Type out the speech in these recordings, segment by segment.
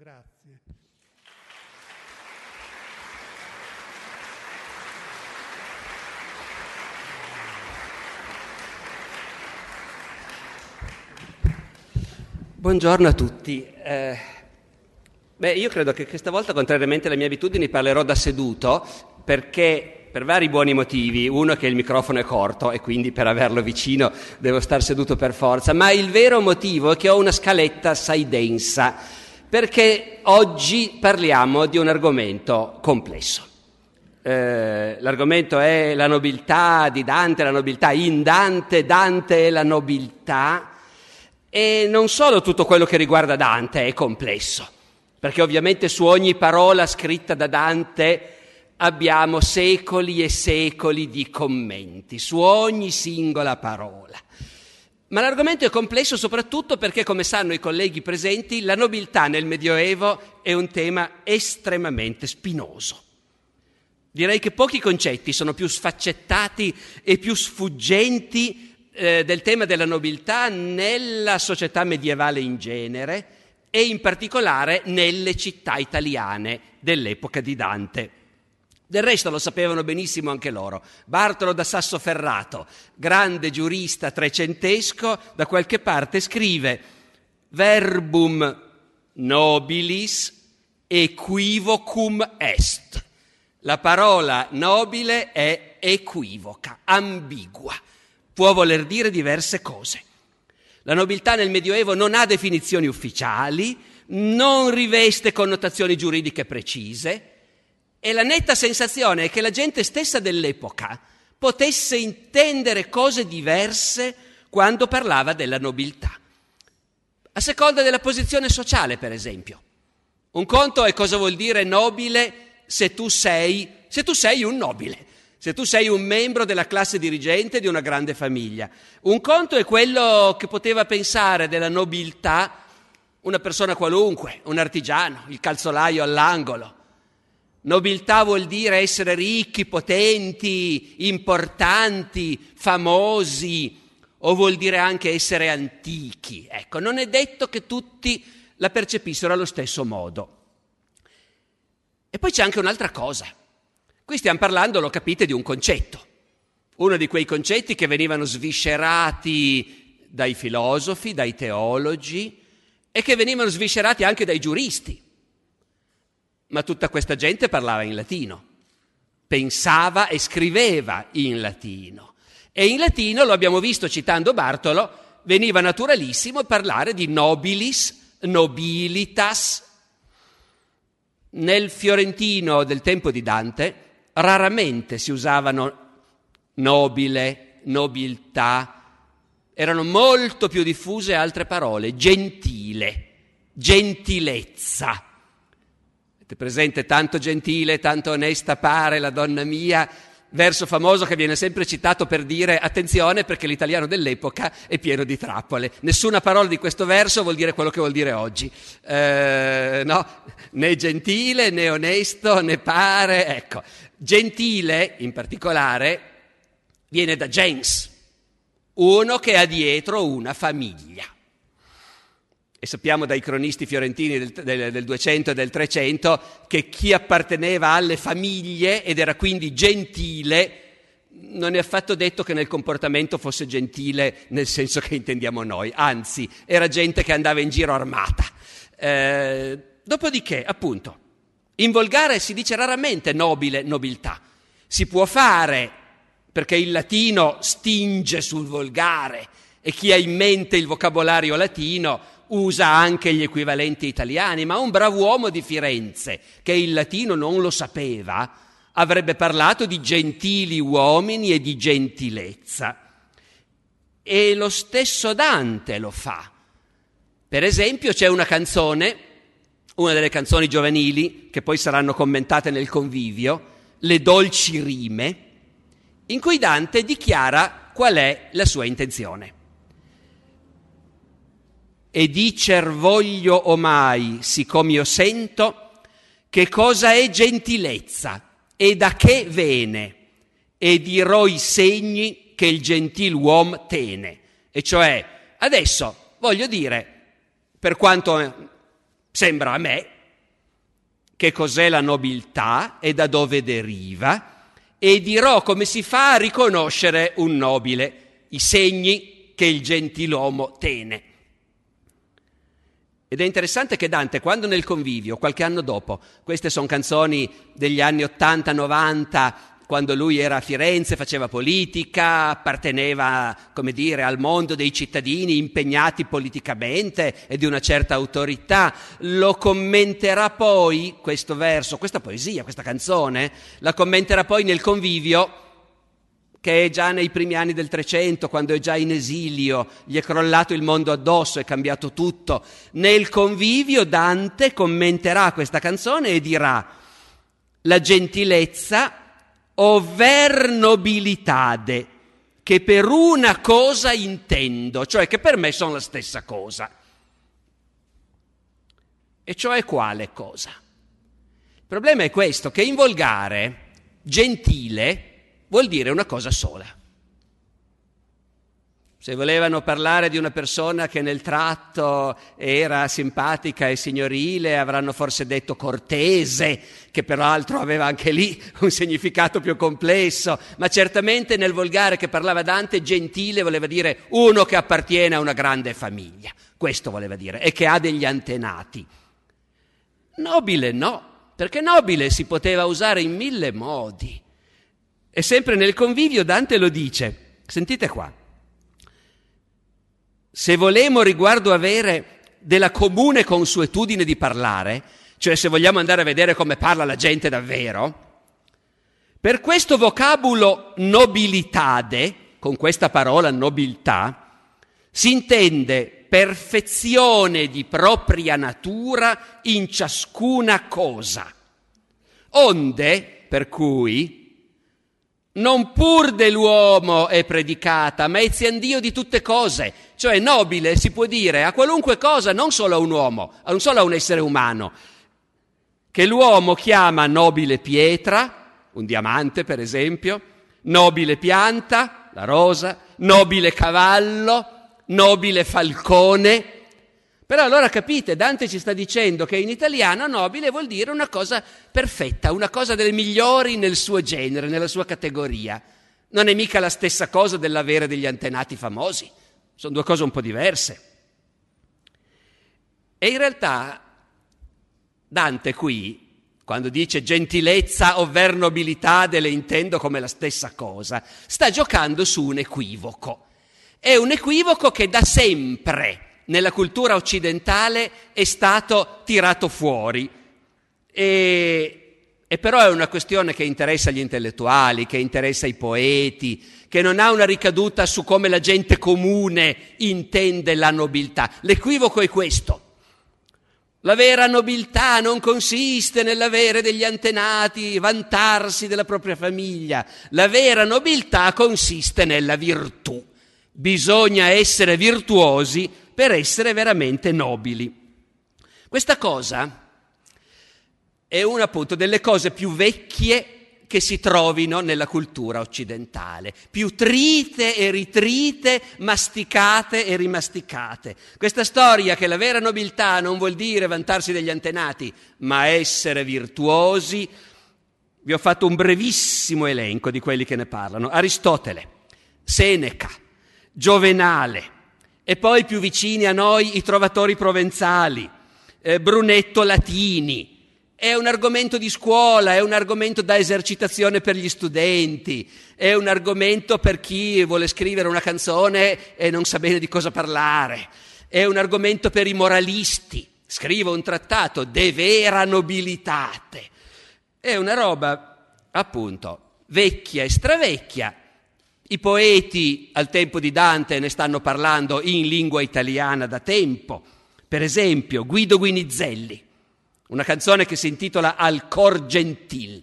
grazie. Buongiorno a tutti. Io credo che questa volta, contrariamente alle mie abitudini, parlerò da seduto, perché per vari buoni motivi. Uno è che il microfono è corto e quindi per averlo vicino devo star seduto per forza, ma il vero motivo è che ho una scaletta assai densa, perché oggi parliamo di un argomento complesso. L'argomento è la nobiltà di Dante, la nobiltà in Dante, Dante e la nobiltà. E non solo tutto quello che riguarda Dante è complesso, perché ovviamente su ogni parola scritta da Dante abbiamo secoli e secoli di commenti, su ogni singola parola. Ma l'argomento è complesso soprattutto perché, come sanno i colleghi presenti, la nobiltà nel Medioevo è un tema estremamente spinoso. Direi che pochi concetti sono più sfaccettati e più sfuggenti del tema della nobiltà nella società medievale in genere e in particolare nelle città italiane dell'epoca di Dante. Del resto lo sapevano benissimo anche loro. Bartolo da Sassoferrato, grande giurista trecentesco, da qualche parte scrive: verbum nobilis equivocum est. La parola nobile è equivoca, ambigua. Può voler dire diverse cose. La nobiltà nel Medioevo non ha definizioni ufficiali, non riveste connotazioni giuridiche precise e la netta sensazione è che la gente stessa dell'epoca potesse intendere cose diverse quando parlava della nobiltà. A seconda della posizione sociale, per esempio. Un conto è cosa vuol dire nobile se tu sei un nobile. Se tu sei un membro della classe dirigente di una grande famiglia. Un conto è quello che poteva pensare della nobiltà una persona qualunque, un artigiano, il calzolaio all'angolo. Nobiltà vuol dire essere ricchi, potenti, importanti, famosi, o vuol dire anche essere antichi. Ecco, non è detto che tutti la percepissero allo stesso modo. E poi c'è anche un'altra cosa. Qui stiamo parlando, lo capite, di un concetto, uno di quei concetti che venivano sviscerati dai filosofi, dai teologi e che venivano sviscerati anche dai giuristi. Ma tutta questa gente parlava in latino, pensava e scriveva in latino. E in latino, lo abbiamo visto citando Bartolo, veniva naturalissimo parlare di nobilis, nobilitas. Nel fiorentino del tempo di Dante raramente si usavano nobile, nobiltà, erano molto più diffuse altre parole, gentile, gentilezza. Avete presente tanto gentile, tanto onesta pare la donna mia, verso famoso che viene sempre citato per dire attenzione perché l'italiano dell'epoca è pieno di trappole. Nessuna parola di questo verso vuol dire quello che vuol dire oggi. No, né gentile, né onesto, né pare, ecco. Gentile, in particolare, viene da gens, uno che ha dietro una famiglia. E sappiamo dai cronisti fiorentini del 200 e del 300 che chi apparteneva alle famiglie ed era quindi gentile non è affatto detto che nel comportamento fosse gentile nel senso che intendiamo noi, anzi era gente che andava in giro armata. Dopodiché, appunto, in volgare si dice raramente nobile, nobiltà. Si può fare perché il latino stinge sul volgare e chi ha in mente il vocabolario latino usa anche gli equivalenti italiani, ma un brav'uomo di Firenze che il latino non lo sapeva avrebbe parlato di gentili uomini e di gentilezza. E lo stesso Dante lo fa. Per esempio c'è una canzone, una delle canzoni giovanili che poi saranno commentate nel convivio, Le dolci rime, in cui Dante dichiara qual è la sua intenzione. E dicer voglio omai, siccome io sento, che cosa è gentilezza e da che vene, e dirò i segni che il gentiluom tene. E cioè, adesso voglio dire, per quanto sembra a me, che cos'è la nobiltà e da dove deriva, e dirò come si fa a riconoscere un nobile, i segni che il gentiluomo tene. Ed è interessante che Dante, quando nel Convivio, qualche anno dopo, queste sono canzoni degli anni 80-90, quando lui era a Firenze, faceva politica, apparteneva, come dire, al mondo dei cittadini impegnati politicamente e di una certa autorità, lo commenterà poi, questo verso, questa poesia, questa canzone, la commenterà poi nel Convivio, che è già nei primi anni del 300, quando è già in esilio, gli è crollato il mondo addosso, è cambiato tutto. Nel Convivio Dante commenterà questa canzone e dirà: la gentilezza ovver nobilitade, che per una cosa intendo, cioè che per me sono la stessa cosa. E cioè quale cosa? Il problema è questo, che in volgare gentile vuol dire una cosa sola. Se volevano parlare di una persona che nel tratto era simpatica e signorile, avranno forse detto cortese, che peraltro aveva anche lì un significato più complesso, ma certamente nel volgare che parlava Dante, gentile voleva dire uno che appartiene a una grande famiglia, questo voleva dire, e che ha degli antenati. Nobile no, perché nobile si poteva usare in 1000 modi. E sempre nel Convivio Dante lo dice, sentite qua: se volemo riguardo avere della comune consuetudine di parlare, cioè se vogliamo andare a vedere come parla la gente davvero, per questo vocabulo nobilitade, con questa parola nobiltà, si intende perfezione di propria natura in ciascuna cosa, onde, per cui, non pur dell'uomo è predicata, ma ezian Dio di tutte cose. Cioè nobile si può dire a qualunque cosa, non solo a un uomo, non solo a un essere umano, che l'uomo chiama nobile pietra, un diamante per esempio, nobile pianta, la rosa, nobile cavallo, nobile falcone. Però allora capite, Dante ci sta dicendo che in italiano nobile vuol dire una cosa perfetta, una cosa delle migliori nel suo genere, nella sua categoria. Non è mica la stessa cosa dell'avere degli antenati famosi, sono due cose un po' diverse. E in realtà Dante qui, quando dice gentilezza ovver nobilitade, le intendo come la stessa cosa, sta giocando su un equivoco. È un equivoco che da sempre nella cultura occidentale è stato tirato fuori e però è una questione che interessa gli intellettuali, che interessa i poeti, che non ha una ricaduta su come la gente comune intende la nobiltà. L'equivoco è questo: la vera nobiltà non consiste nell'avere degli antenati, vantarsi della propria famiglia. La vera nobiltà consiste nella virtù. Bisogna essere virtuosi per essere veramente nobili. Questa cosa è una appunto delle cose più vecchie che si trovino nella cultura occidentale, più trite e ritrite, masticate e rimasticate. Questa storia che la vera nobiltà non vuol dire vantarsi degli antenati, ma essere virtuosi. Vi ho fatto un brevissimo elenco di quelli che ne parlano: Aristotele, Seneca, Giovenale, e poi più vicini a noi i trovatori provenzali, Brunetto Latini. È un argomento di scuola, è un argomento da esercitazione per gli studenti, è un argomento per chi vuole scrivere una canzone e non sa bene di cosa parlare, è un argomento per i moralisti. Scrivo un trattato de vera nobilitate. È una roba, appunto, vecchia e stravecchia. I poeti al tempo di Dante ne stanno parlando in lingua italiana da tempo. Per esempio, Guido Guinizelli, una canzone che si intitola Al cor gentil.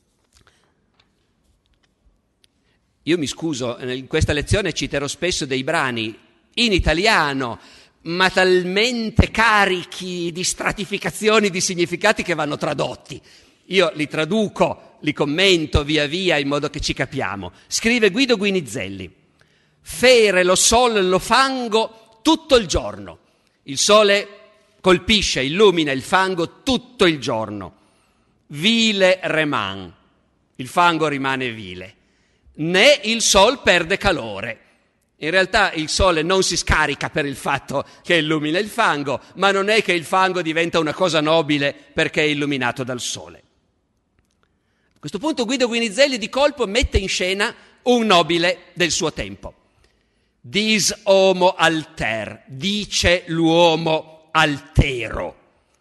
Io mi scuso, in questa lezione citerò spesso dei brani in italiano, ma talmente carichi di stratificazioni di significati che vanno tradotti. Io li traduco, li commento via via in modo che ci capiamo. Scrive Guido Guinizelli: fere lo sol lo fango tutto il giorno. Il sole colpisce, illumina il fango tutto il giorno. vile reman, il fango rimane vile, né il sol perde calore. In realtà il sole non si scarica per il fatto che illumina il fango, ma non è che il fango diventa una cosa nobile perché è illuminato dal sole. A questo punto Guido Guinizelli di colpo mette in scena un nobile del suo tempo. Dis homo alter, dice l'uomo altero,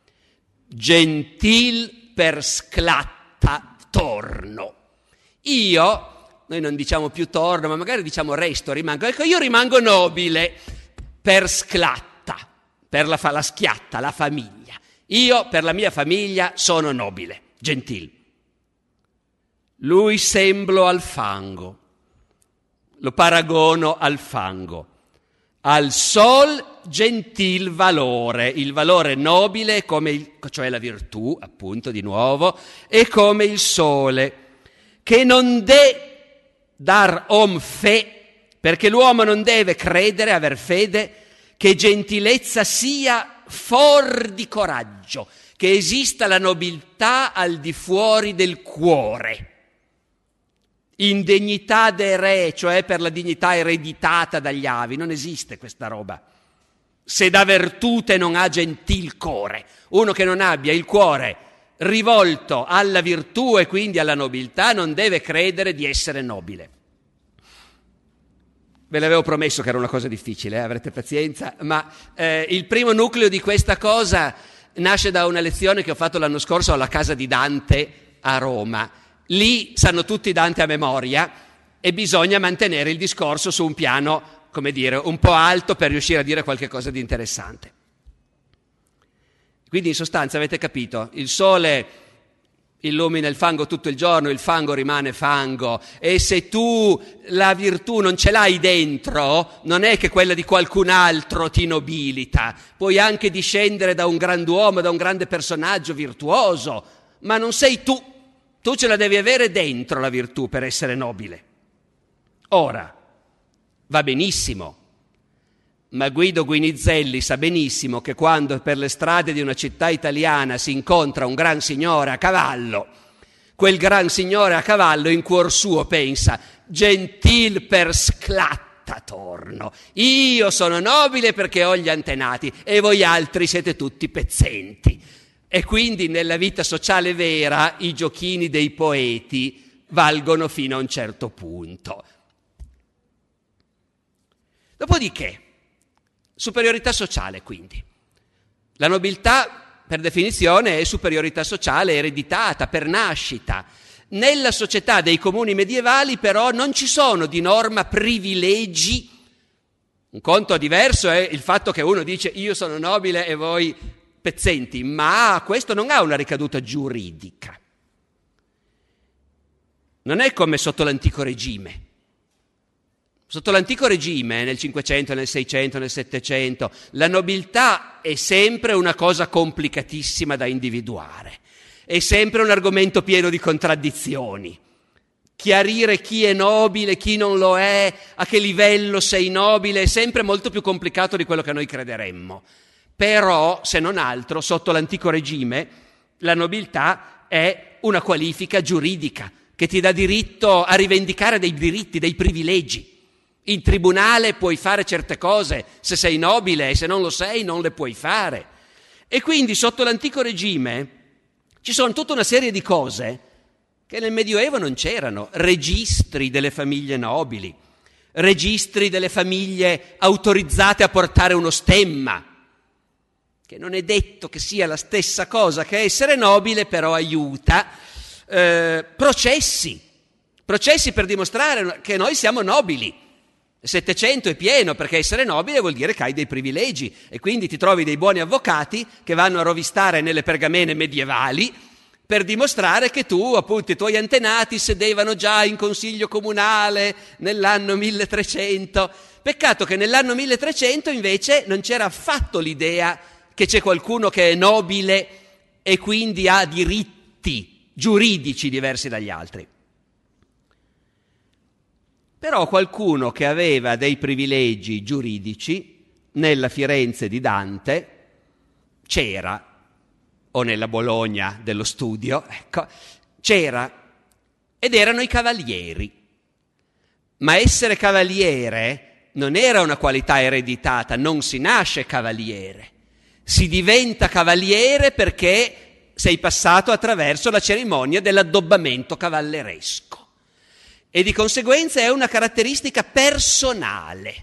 gentil per sclatta torno. Noi non diciamo più torno, ma magari diciamo resto, rimango. Ecco, io rimango nobile per sclatta, per la schiatta, la famiglia. Io per la mia famiglia sono nobile, gentil. Lui semblo al fango, lo paragono al fango, al sol gentil valore, il valore nobile cioè la virtù, appunto, di nuovo, è come il sole, che non dar om fe, perché l'uomo non deve credere, aver fede, che gentilezza sia for di coraggio, che esista la nobiltà al di fuori del cuore. Indegnità de re, cioè per la dignità ereditata dagli avi, non esiste questa roba. Se da virtute non ha gentil core, uno che non abbia il cuore rivolto alla virtù e quindi alla nobiltà non deve credere di essere nobile. Ve l'avevo promesso che era una cosa difficile, avrete pazienza, ma il primo nucleo di questa cosa nasce da una lezione che ho fatto l'anno scorso alla casa di Dante a Roma. Lì sanno tutti Dante a memoria e bisogna mantenere il discorso su un piano, come dire, un po' alto per riuscire a dire qualche cosa di interessante. Quindi in sostanza avete capito, il sole illumina il fango tutto il giorno, il fango rimane fango, e se tu la virtù non ce l'hai dentro, non è che quella di qualcun altro ti nobilita, puoi anche discendere da un grand'uomo, da un grande personaggio virtuoso, ma non sei tu ce la devi avere dentro la virtù per essere nobile. Ora, va benissimo, ma Guido Guinizelli sa benissimo che quando per le strade di una città italiana si incontra un gran signore a cavallo, quel gran signore a cavallo in cuor suo pensa: gentil per sclatta torno, io sono nobile perché ho gli antenati e voi altri siete tutti pezzenti. E quindi nella vita sociale vera i giochini dei poeti valgono fino a un certo punto. Dopodiché, superiorità sociale, quindi. La nobiltà, per definizione, è superiorità sociale ereditata per nascita. Nella società dei comuni medievali, però, non ci sono di norma privilegi. Un conto diverso è il fatto che uno dice io sono nobile e voi pezzenti, ma questo non ha una ricaduta giuridica. Non è come sotto l'antico regime. Sotto l'antico regime, nel 500, nel 600, nel 700, la nobiltà è sempre una cosa complicatissima da individuare, è sempre un argomento pieno di contraddizioni. Chiarire chi è nobile, chi non lo è, a che livello sei nobile, è sempre molto più complicato di quello che noi crederemmo. Però, se non altro, sotto l'antico regime, la nobiltà è una qualifica giuridica che ti dà diritto a rivendicare dei diritti, dei privilegi. In tribunale puoi fare certe cose se sei nobile e se non lo sei non le puoi fare. E quindi sotto l'antico regime ci sono tutta una serie di cose che nel Medioevo non c'erano. Registri delle famiglie nobili, registri delle famiglie autorizzate a portare uno stemma, che non è detto che sia la stessa cosa che essere nobile, però aiuta. Processi per dimostrare che noi siamo nobili. Il Settecento è pieno, perché essere nobile vuol dire che hai dei privilegi e quindi ti trovi dei buoni avvocati che vanno a rovistare nelle pergamene medievali per dimostrare che tu, appunto, i tuoi antenati sedevano già in consiglio comunale nell'anno 1300. Peccato che nell'anno 1300 invece non c'era affatto l'idea che c'è qualcuno che è nobile e quindi ha diritti giuridici diversi dagli altri. Però qualcuno che aveva dei privilegi giuridici nella Firenze di Dante c'era, o nella Bologna dello studio, ecco, c'era, ed erano i cavalieri. Ma essere cavaliere non era una qualità ereditata, non si nasce cavaliere. Si diventa cavaliere perché sei passato attraverso la cerimonia dell'addobbamento cavalleresco. E di conseguenza è una caratteristica personale.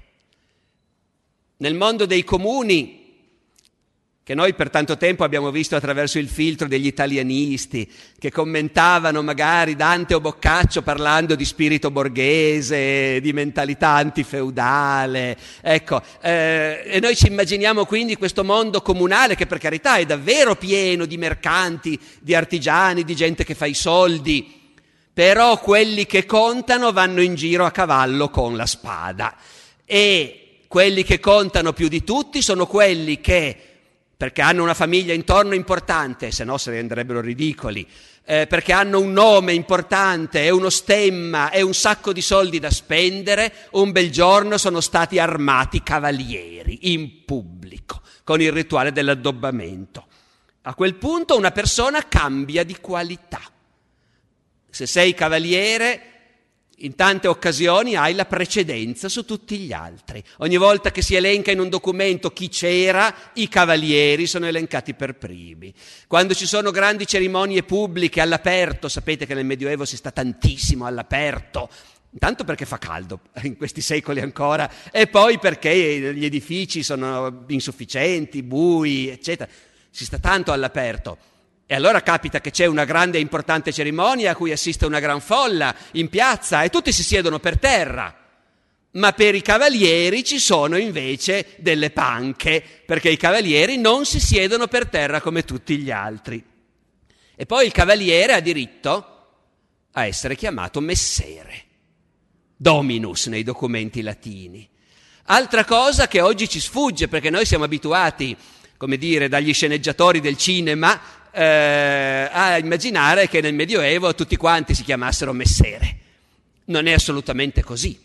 Nel mondo dei comuni, che noi per tanto tempo abbiamo visto attraverso il filtro degli italianisti, che commentavano magari Dante o Boccaccio parlando di spirito borghese, di mentalità antifeudale, ecco, e noi ci immaginiamo quindi questo mondo comunale che per carità è davvero pieno di mercanti, di artigiani, di gente che fa i soldi, però quelli che contano vanno in giro a cavallo con la spada, e quelli che contano più di tutti sono quelli che, perché hanno una famiglia intorno importante, se no si renderebbero ridicoli, perché hanno un nome importante e uno stemma e un sacco di soldi da spendere, un bel giorno sono stati armati cavalieri in pubblico con il rituale dell'addobbamento. A quel punto una persona cambia di qualità. Se sei cavaliere, in tante occasioni hai la precedenza su tutti gli altri. Ogni volta che si elenca in un documento chi c'era, i cavalieri sono elencati per primi. Quando ci sono grandi cerimonie pubbliche all'aperto, sapete che nel Medioevo si sta tantissimo all'aperto, intanto perché fa caldo in questi secoli ancora, e poi perché gli edifici sono insufficienti, bui, eccetera. Si sta tanto all'aperto. E allora capita che c'è una grande e importante cerimonia a cui assiste una gran folla in piazza e tutti si siedono per terra. Ma per i cavalieri ci sono invece delle panche, perché i cavalieri non si siedono per terra come tutti gli altri. E poi il cavaliere ha diritto a essere chiamato messere, dominus nei documenti latini. Altra cosa che oggi ci sfugge, perché noi siamo abituati, come dire, dagli sceneggiatori del cinema, a immaginare che nel Medioevo tutti quanti si chiamassero messere. Non è assolutamente così.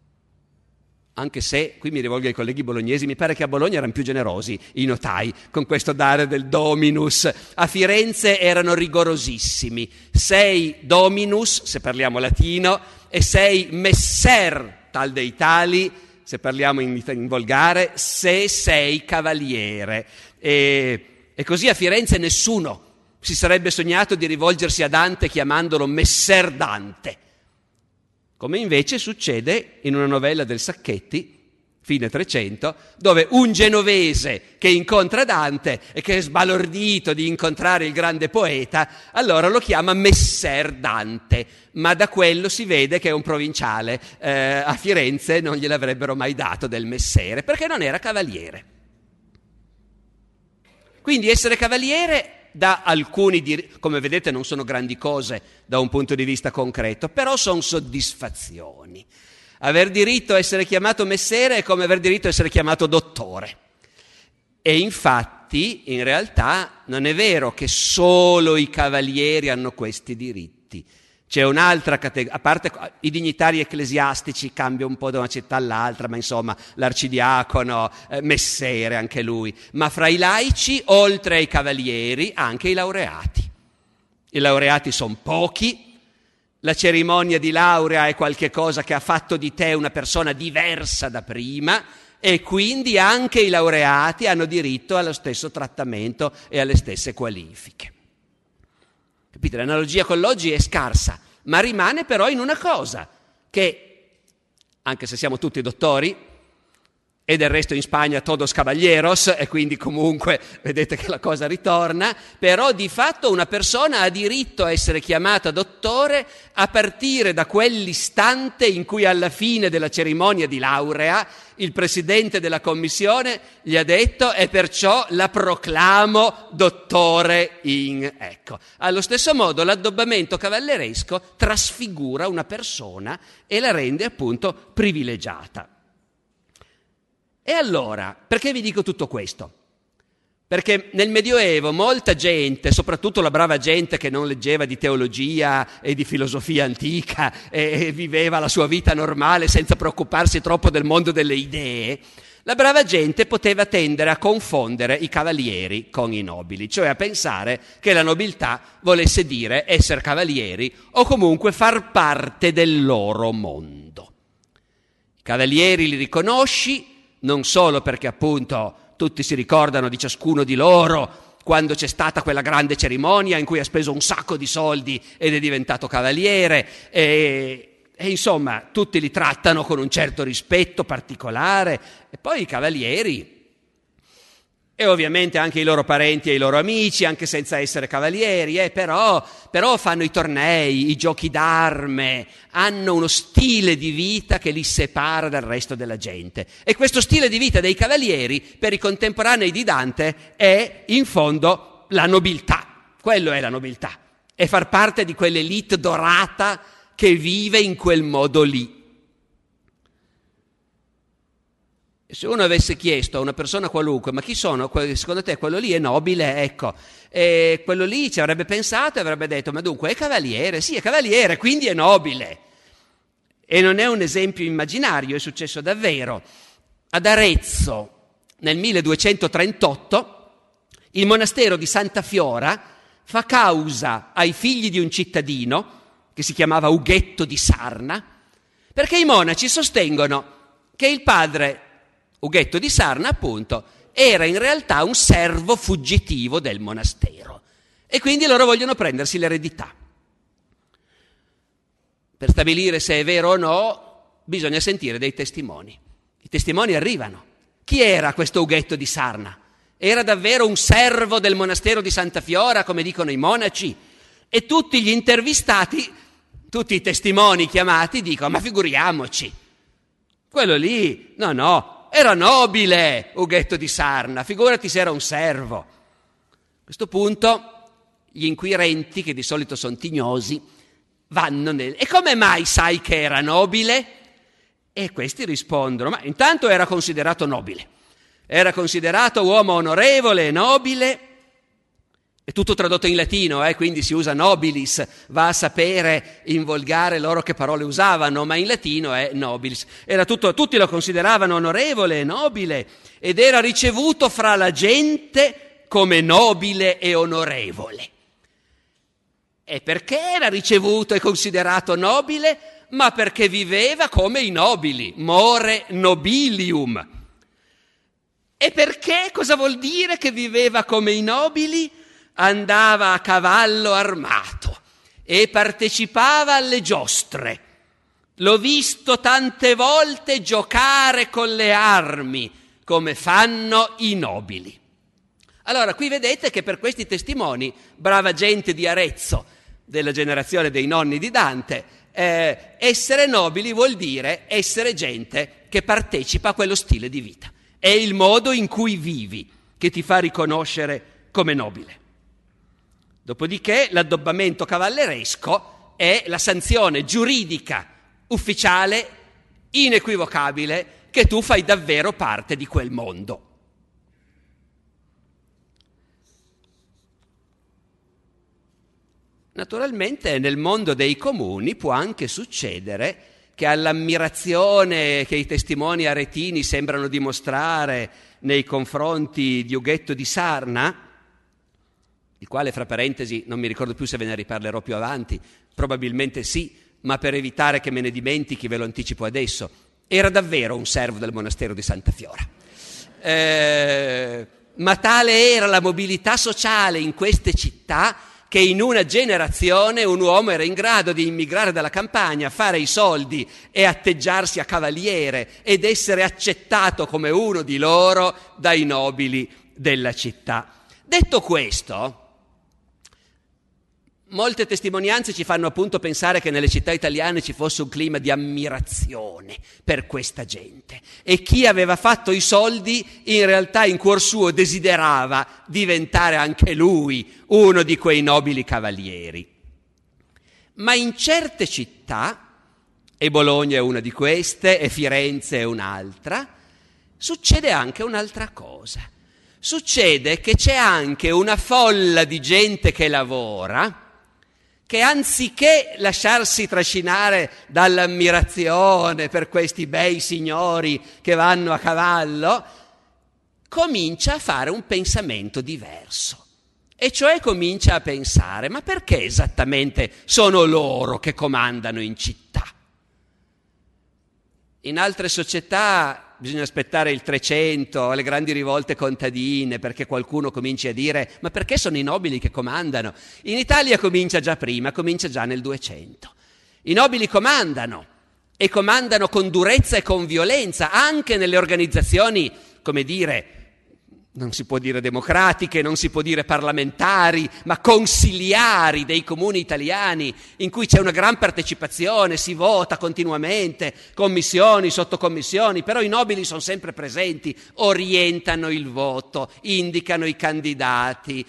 Anche se, qui mi rivolgo ai colleghi bolognesi, mi pare che a Bologna erano più generosi i notai con questo dare del dominus. A Firenze erano rigorosissimi. 6 dominus, se parliamo latino, e 6 messer, tal dei tali, se parliamo in volgare, se sei cavaliere. E così a Firenze nessuno si sarebbe sognato di rivolgersi a Dante chiamandolo Messer Dante, come invece succede in una novella del Sacchetti, fine 300, dove un genovese che incontra Dante e che è sbalordito di incontrare il grande poeta, allora lo chiama Messer Dante, ma da quello si vede che è un provinciale. A Firenze non gliel'avrebbero mai dato del messere, perché non era cavaliere. Quindi essere cavaliere dà alcuni diritti, come vedete non sono grandi cose da un punto di vista concreto, però sono soddisfazioni. Aver diritto a essere chiamato messere è come aver diritto a essere chiamato dottore. E infatti, in realtà, non è vero che solo i cavalieri hanno questi diritti. C'è un'altra categoria, a parte i dignitari ecclesiastici, cambia un po' da una città all'altra, ma insomma l'arcidiacono, messere anche lui. Ma fra i laici, oltre ai cavalieri, anche i laureati. I laureati sono pochi, la cerimonia di laurea è qualche cosa che ha fatto di te una persona diversa da prima, e quindi anche i laureati hanno diritto allo stesso trattamento e alle stesse qualifiche. Capite? L'analogia con l'oggi è scarsa, ma rimane però in una cosa, che anche se siamo tutti dottori, e del resto in Spagna todos caballeros, e quindi comunque vedete che la cosa ritorna, però di fatto una persona ha diritto a essere chiamata dottore a partire da quell'istante in cui alla fine della cerimonia di laurea il presidente della commissione gli ha detto: e perciò la proclamo dottore in... Ecco, allo stesso modo l'addobbamento cavalleresco trasfigura una persona e la rende appunto privilegiata. E allora, perché vi dico tutto questo? Perché nel Medioevo molta gente, soprattutto la brava gente che non leggeva di teologia e di filosofia antica e viveva la sua vita normale senza preoccuparsi troppo del mondo delle idee, La brava gente poteva tendere a confondere i cavalieri con i nobili, cioè a pensare che la nobiltà volesse dire essere cavalieri o comunque far parte del loro mondo. I cavalieri li riconosci non solo perché appunto tutti si ricordano di ciascuno di loro quando c'è stata quella grande cerimonia in cui ha speso un sacco di soldi ed è diventato cavaliere e insomma tutti li trattano con un certo rispetto particolare, e poi i cavalieri e ovviamente anche i loro parenti e i loro amici, anche senza essere cavalieri, però fanno i tornei, i giochi d'arme, hanno uno stile di vita che li separa dal resto della gente. E questo stile di vita dei cavalieri, per i contemporanei di Dante, è in fondo la nobiltà. Quello è la nobiltà, è far parte di quell'elite dorata che vive in quel modo lì. Se uno avesse chiesto a una persona qualunque, ma chi sono? Secondo te quello lì è nobile? Ecco, e quello lì ci avrebbe pensato e avrebbe detto, ma dunque è cavaliere? Sì, è cavaliere, quindi è nobile. E non è un esempio immaginario, è successo davvero. Ad Arezzo, nel 1238, il monastero di Santa Fiora fa causa ai figli di un cittadino che si chiamava Ughetto di Sarna, perché i monaci sostengono che il padre Ughetto di Sarna, appunto, era in realtà un servo fuggitivo del monastero e quindi loro vogliono prendersi l'eredità. Per stabilire se è vero o no bisogna sentire dei testimoni. I testimoni arrivano. Chi era questo Ughetto di Sarna? Era davvero un servo del monastero di Santa Fiora, come dicono i monaci? E tutti gli intervistati, tutti i testimoni chiamati dicono, ma figuriamoci, quello lì, no, era nobile Ughetto di Sarna, figurati se era un servo. A questo punto gli inquirenti, che di solito sono tignosi, vanno e come mai sai che era nobile? E questi rispondono, ma intanto era considerato nobile, era considerato uomo onorevole e nobile. È tutto tradotto in latino, quindi si usa nobilis, va a sapere in volgare loro che parole usavano, ma in latino è nobilis. Tutti lo consideravano onorevole e nobile ed era ricevuto fra la gente come nobile e onorevole. E perché era ricevuto e considerato nobile? Ma perché viveva come i nobili, more nobilium. E perché? Cosa vuol dire che viveva come i nobili? Andava a cavallo armato e partecipava alle giostre. L'ho visto tante volte giocare con le armi, come fanno i nobili. Allora, qui vedete che per questi testimoni, brava gente di Arezzo, della generazione dei nonni di Dante, essere nobili vuol dire essere gente che partecipa a quello stile di vita. È il modo in cui vivi che ti fa riconoscere come nobile. Dopodiché l'addobbamento cavalleresco è la sanzione giuridica, ufficiale, inequivocabile, che tu fai davvero parte di quel mondo. Naturalmente nel mondo dei comuni può anche succedere che all'ammirazione che i testimoni aretini sembrano dimostrare nei confronti di Ughetto di Sarna, il quale, fra parentesi, non mi ricordo più se ve ne riparlerò più avanti, probabilmente sì, ma per evitare che me ne dimentichi ve lo anticipo adesso, era davvero un servo del monastero di Santa Fiora. Ma tale era la mobilità sociale in queste città che in una generazione un uomo era in grado di immigrare dalla campagna, fare i soldi e atteggiarsi a cavaliere ed essere accettato come uno di loro dai nobili della città. Detto questo, molte testimonianze ci fanno appunto pensare che nelle città italiane ci fosse un clima di ammirazione per questa gente e chi aveva fatto i soldi in realtà in cuor suo desiderava diventare anche lui uno di quei nobili cavalieri. Ma in certe città, e Bologna è una di queste, e Firenze è un'altra, succede anche un'altra cosa. Succede che c'è anche una folla di gente che lavora, che anziché lasciarsi trascinare dall'ammirazione per questi bei signori che vanno a cavallo, comincia a fare un pensamento diverso. E cioè comincia a pensare: ma perché esattamente sono loro che comandano in città? In altre società bisogna aspettare il 300, le grandi rivolte contadine, perché qualcuno cominci a dire: ma perché sono i nobili che comandano? In Italia comincia già prima, comincia già nel 200. I nobili comandano, e comandano con durezza e con violenza, anche nelle organizzazioni, come dire, non si può dire democratiche, non si può dire parlamentari, ma consiliari dei comuni italiani, in cui c'è una gran partecipazione, si vota continuamente, commissioni, sottocommissioni, però i nobili sono sempre presenti, orientano il voto, indicano i candidati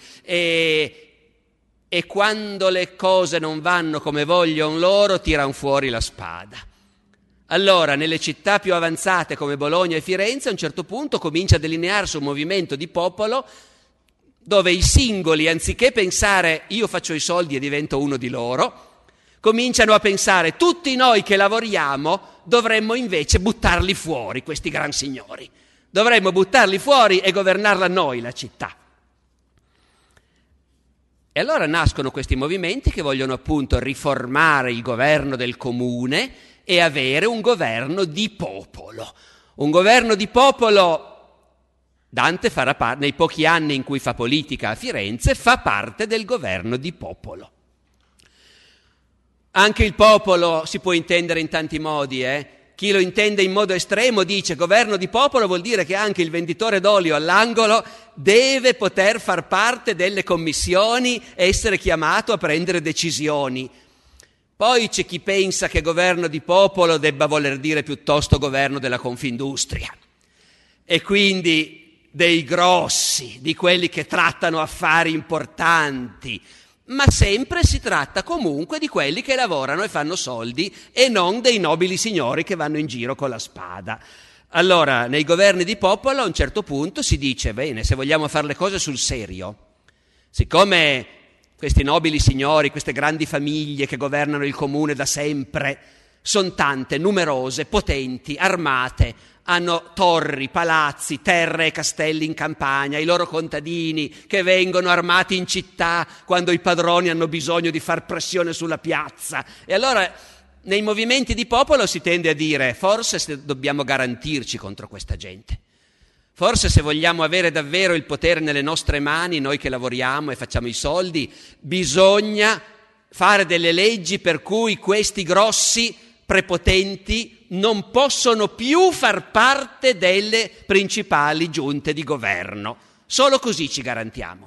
e quando le cose non vanno come vogliono loro, tirano fuori la spada. Allora, nelle città più avanzate come Bologna e Firenze, a un certo punto comincia a delinearsi un movimento di popolo dove i singoli, anziché pensare io faccio i soldi e divento uno di loro, cominciano a pensare tutti noi che lavoriamo dovremmo invece buttarli fuori, questi gran signori. Dovremmo buttarli fuori e governarla noi la città. E allora nascono questi movimenti che vogliono appunto riformare il governo del comune e avere un governo di popolo. Un governo di popolo, Dante farà parte, nei pochi anni in cui fa politica a Firenze, fa parte del governo di popolo. Anche il popolo si può intendere in tanti modi, Chi lo intende in modo estremo dice governo di popolo vuol dire che anche il venditore d'olio all'angolo deve poter far parte delle commissioni e essere chiamato a prendere decisioni. Poi c'è chi pensa che governo di popolo debba voler dire piuttosto governo della Confindustria e quindi dei grossi, di quelli che trattano affari importanti, ma sempre si tratta comunque di quelli che lavorano e fanno soldi e non dei nobili signori che vanno in giro con la spada. Allora, nei governi di popolo a un certo punto si dice, bene, se vogliamo fare le cose sul serio, siccome questi nobili signori, queste grandi famiglie che governano il comune da sempre, sono tante, numerose, potenti, armate, hanno torri, palazzi, terre e castelli in campagna, i loro contadini che vengono armati in città quando i padroni hanno bisogno di far pressione sulla piazza. E allora nei movimenti di popolo si tende a dire forse dobbiamo garantirci contro questa gente. Forse se vogliamo avere davvero il potere nelle nostre mani, noi che lavoriamo e facciamo i soldi, bisogna fare delle leggi per cui questi grossi prepotenti non possono più far parte delle principali giunte di governo. Solo così ci garantiamo.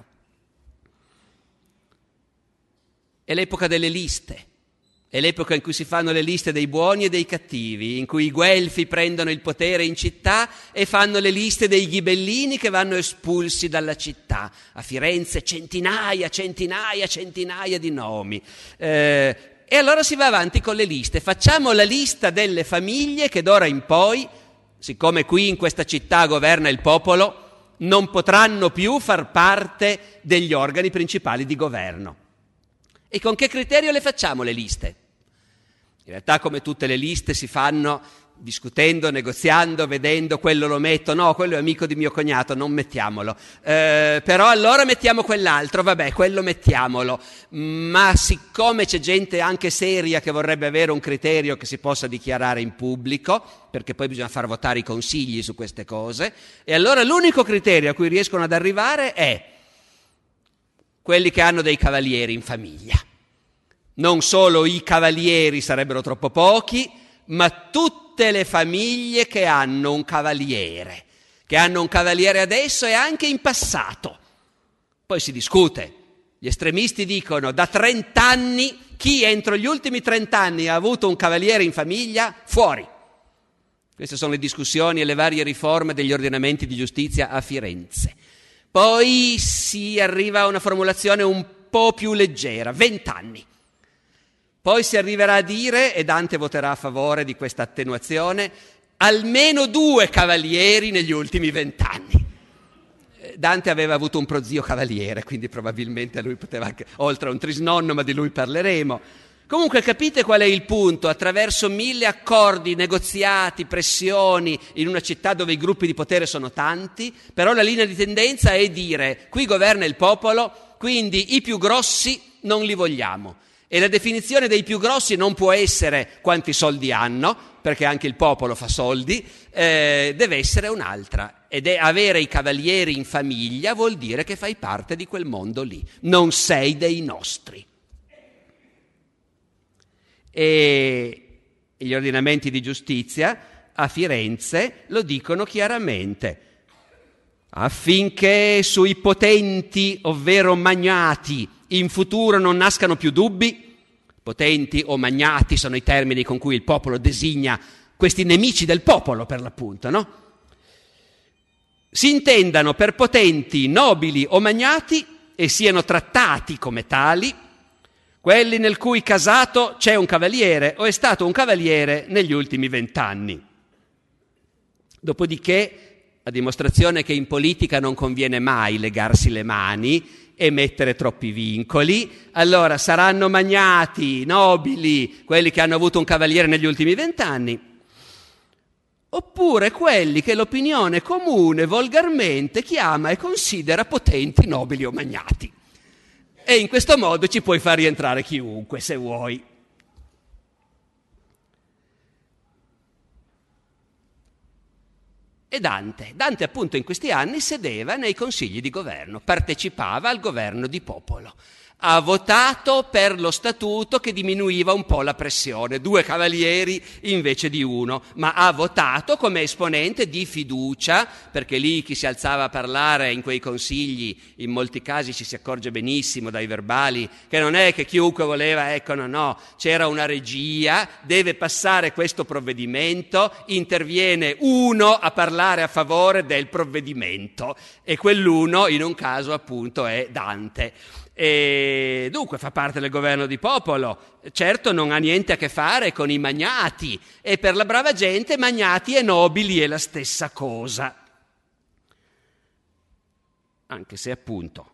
È l'epoca delle liste. È l'epoca in cui si fanno le liste dei buoni e dei cattivi, in cui i guelfi prendono il potere in città e fanno le liste dei ghibellini che vanno espulsi dalla città. A Firenze centinaia di nomi. E allora si va avanti con le liste. Facciamo la lista delle famiglie che d'ora in poi, siccome qui in questa città governa il popolo, non potranno più far parte degli organi principali di governo. E con che criterio le facciamo le liste? In realtà, come tutte le liste, si fanno discutendo, negoziando, vedendo, quello lo metto, no, quello è amico di mio cognato, non mettiamolo. Però allora mettiamo quell'altro, vabbè, quello mettiamolo. Ma siccome c'è gente anche seria che vorrebbe avere un criterio che si possa dichiarare in pubblico, perché poi bisogna far votare i consigli su queste cose, e allora l'unico criterio a cui riescono ad arrivare è quelli che hanno dei cavalieri in famiglia. Non solo i cavalieri sarebbero troppo pochi, ma tutte le famiglie che hanno un cavaliere adesso e anche in passato. Poi si discute. Gli estremisti dicono da 30 anni, chi entro gli ultimi 30 anni ha avuto un cavaliere in famiglia, fuori. Queste sono le discussioni e le varie riforme degli ordinamenti di giustizia a Firenze. Poi si arriva a una formulazione un po' più leggera, 20 anni. Poi si arriverà a dire, e Dante voterà a favore di questa attenuazione, almeno 2 cavalieri negli ultimi 20 anni. Dante aveva avuto un prozio cavaliere, quindi probabilmente lui poteva anche, oltre a un trisnonno, ma di lui parleremo. Comunque capite qual è il punto? Attraverso 1000 accordi, negoziati, pressioni in una città dove i gruppi di potere sono tanti, però la linea di tendenza è dire: qui governa il popolo, quindi i più grossi non li vogliamo. E la definizione dei più grossi non può essere quanti soldi hanno, perché anche il popolo fa soldi, deve essere un'altra. Ed è avere i cavalieri in famiglia vuol dire che fai parte di quel mondo lì, non sei dei nostri. E gli ordinamenti di giustizia a Firenze lo dicono chiaramente: affinché sui potenti, ovvero magnati, in futuro non nascano più dubbi. Potenti o magnati sono i termini con cui il popolo designa questi nemici del popolo, per l'appunto, no? Si intendano per potenti, nobili o magnati e siano trattati come tali quelli nel cui casato c'è un cavaliere o è stato un cavaliere negli ultimi 20 anni. Dopodiché, a dimostrazione che in politica non conviene mai legarsi le mani e mettere troppi vincoli, allora saranno magnati, nobili, quelli che hanno avuto un cavaliere negli ultimi 20 anni, oppure quelli che l'opinione comune volgarmente chiama e considera potenti, nobili o magnati. E in questo modo ci puoi far rientrare chiunque, se vuoi. E Dante appunto in questi anni sedeva nei consigli di governo, partecipava al governo di popolo. Ha votato per lo statuto che diminuiva un po' la pressione, 2 cavalieri invece di 1, ma ha votato come esponente di fiducia, perché lì chi si alzava a parlare in quei consigli, in molti casi ci si accorge benissimo dai verbali, che non è che chiunque voleva, no, c'era una regia, deve passare questo provvedimento, interviene uno a parlare a favore del provvedimento, e quell'uno in un caso appunto è Dante. E dunque fa parte del governo di popolo, certo non ha niente a che fare con i magnati, e per la brava gente magnati e nobili è la stessa cosa, anche se appunto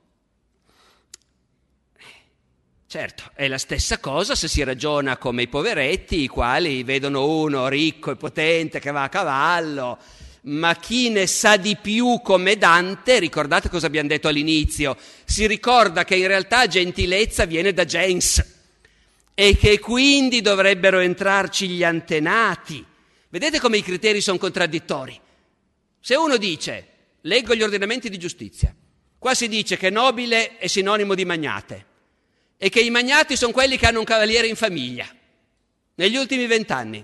certo è la stessa cosa se si ragiona come i poveretti, i quali vedono uno ricco e potente che va a cavallo. Ma chi ne sa di più come Dante, ricordate cosa abbiamo detto all'inizio, si ricorda che in realtà gentilezza viene da gens e che quindi dovrebbero entrarci gli antenati. Vedete come i criteri sono contraddittori? Se uno dice, leggo gli ordinamenti di giustizia, qua si dice che nobile è sinonimo di magnate e che i magnati sono quelli che hanno un cavaliere in famiglia negli ultimi 20 anni.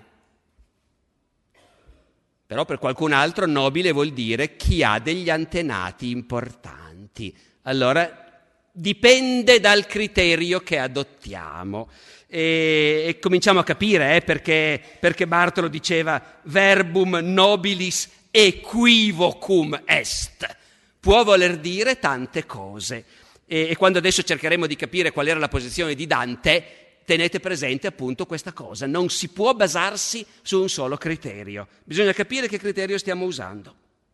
Però per qualcun altro nobile vuol dire chi ha degli antenati importanti. Allora dipende dal criterio che adottiamo. E cominciamo a capire perché Bartolo diceva verbum nobilis equivocum est. Può voler dire tante cose. E quando adesso cercheremo di capire qual era la posizione di Dante, tenete presente appunto questa cosa, non si può basarsi su un solo criterio, bisogna capire che criterio stiamo usando.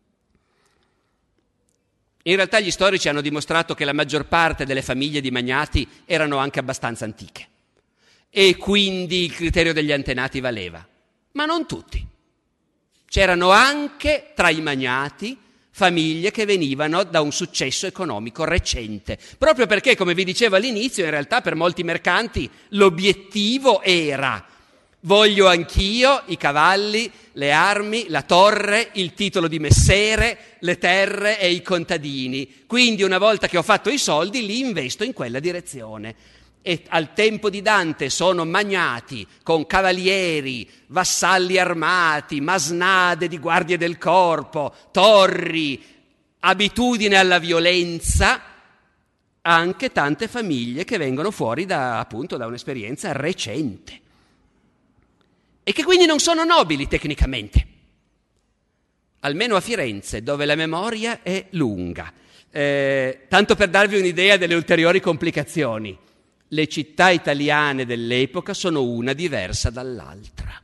In realtà gli storici hanno dimostrato che la maggior parte delle famiglie di magnati erano anche abbastanza antiche e quindi il criterio degli antenati valeva, ma non tutti. C'erano anche tra i magnati famiglie che venivano da un successo economico recente, proprio perché, come vi dicevo all'inizio, in realtà per molti mercanti l'obiettivo era: voglio anch'io i cavalli, le armi, la torre, il titolo di messere, le terre e i contadini. Quindi una volta che ho fatto i soldi li investo in quella direzione. E al tempo di Dante sono magnati con cavalieri, vassalli armati, masnade di guardie del corpo, torri, abitudine alla violenza, anche tante famiglie che vengono fuori appunto da un'esperienza recente e che quindi non sono nobili tecnicamente, almeno a Firenze, dove la memoria è lunga. Tanto per darvi un'idea delle ulteriori complicazioni. Le città italiane dell'epoca sono una diversa dall'altra.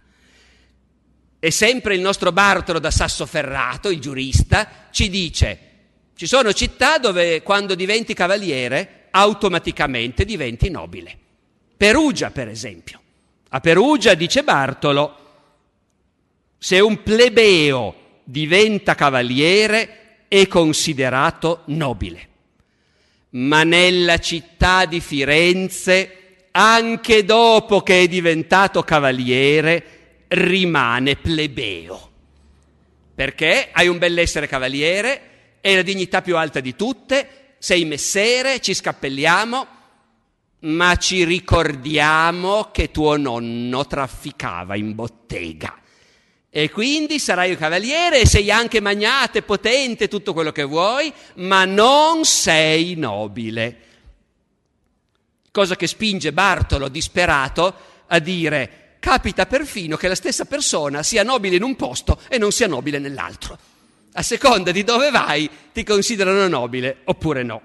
E sempre il nostro Bartolo da Sassoferrato, il giurista, ci dice: Ci sono città dove quando diventi cavaliere automaticamente diventi nobile. Perugia, per esempio. A Perugia, dice Bartolo, se un plebeo diventa cavaliere è considerato nobile. Ma nella città di Firenze, anche dopo che è diventato cavaliere, rimane plebeo. Perché hai un bell'essere cavaliere, è la dignità più alta di tutte, sei messere, ci scappelliamo, ma ci ricordiamo che tuo nonno trafficava in bottega. E quindi sarai un cavaliere e sei anche magnate, potente, tutto quello che vuoi, ma non sei nobile. Cosa che spinge Bartolo, disperato, a dire: capita perfino che la stessa persona sia nobile in un posto e non sia nobile nell'altro. A seconda di dove vai ti considerano nobile oppure no.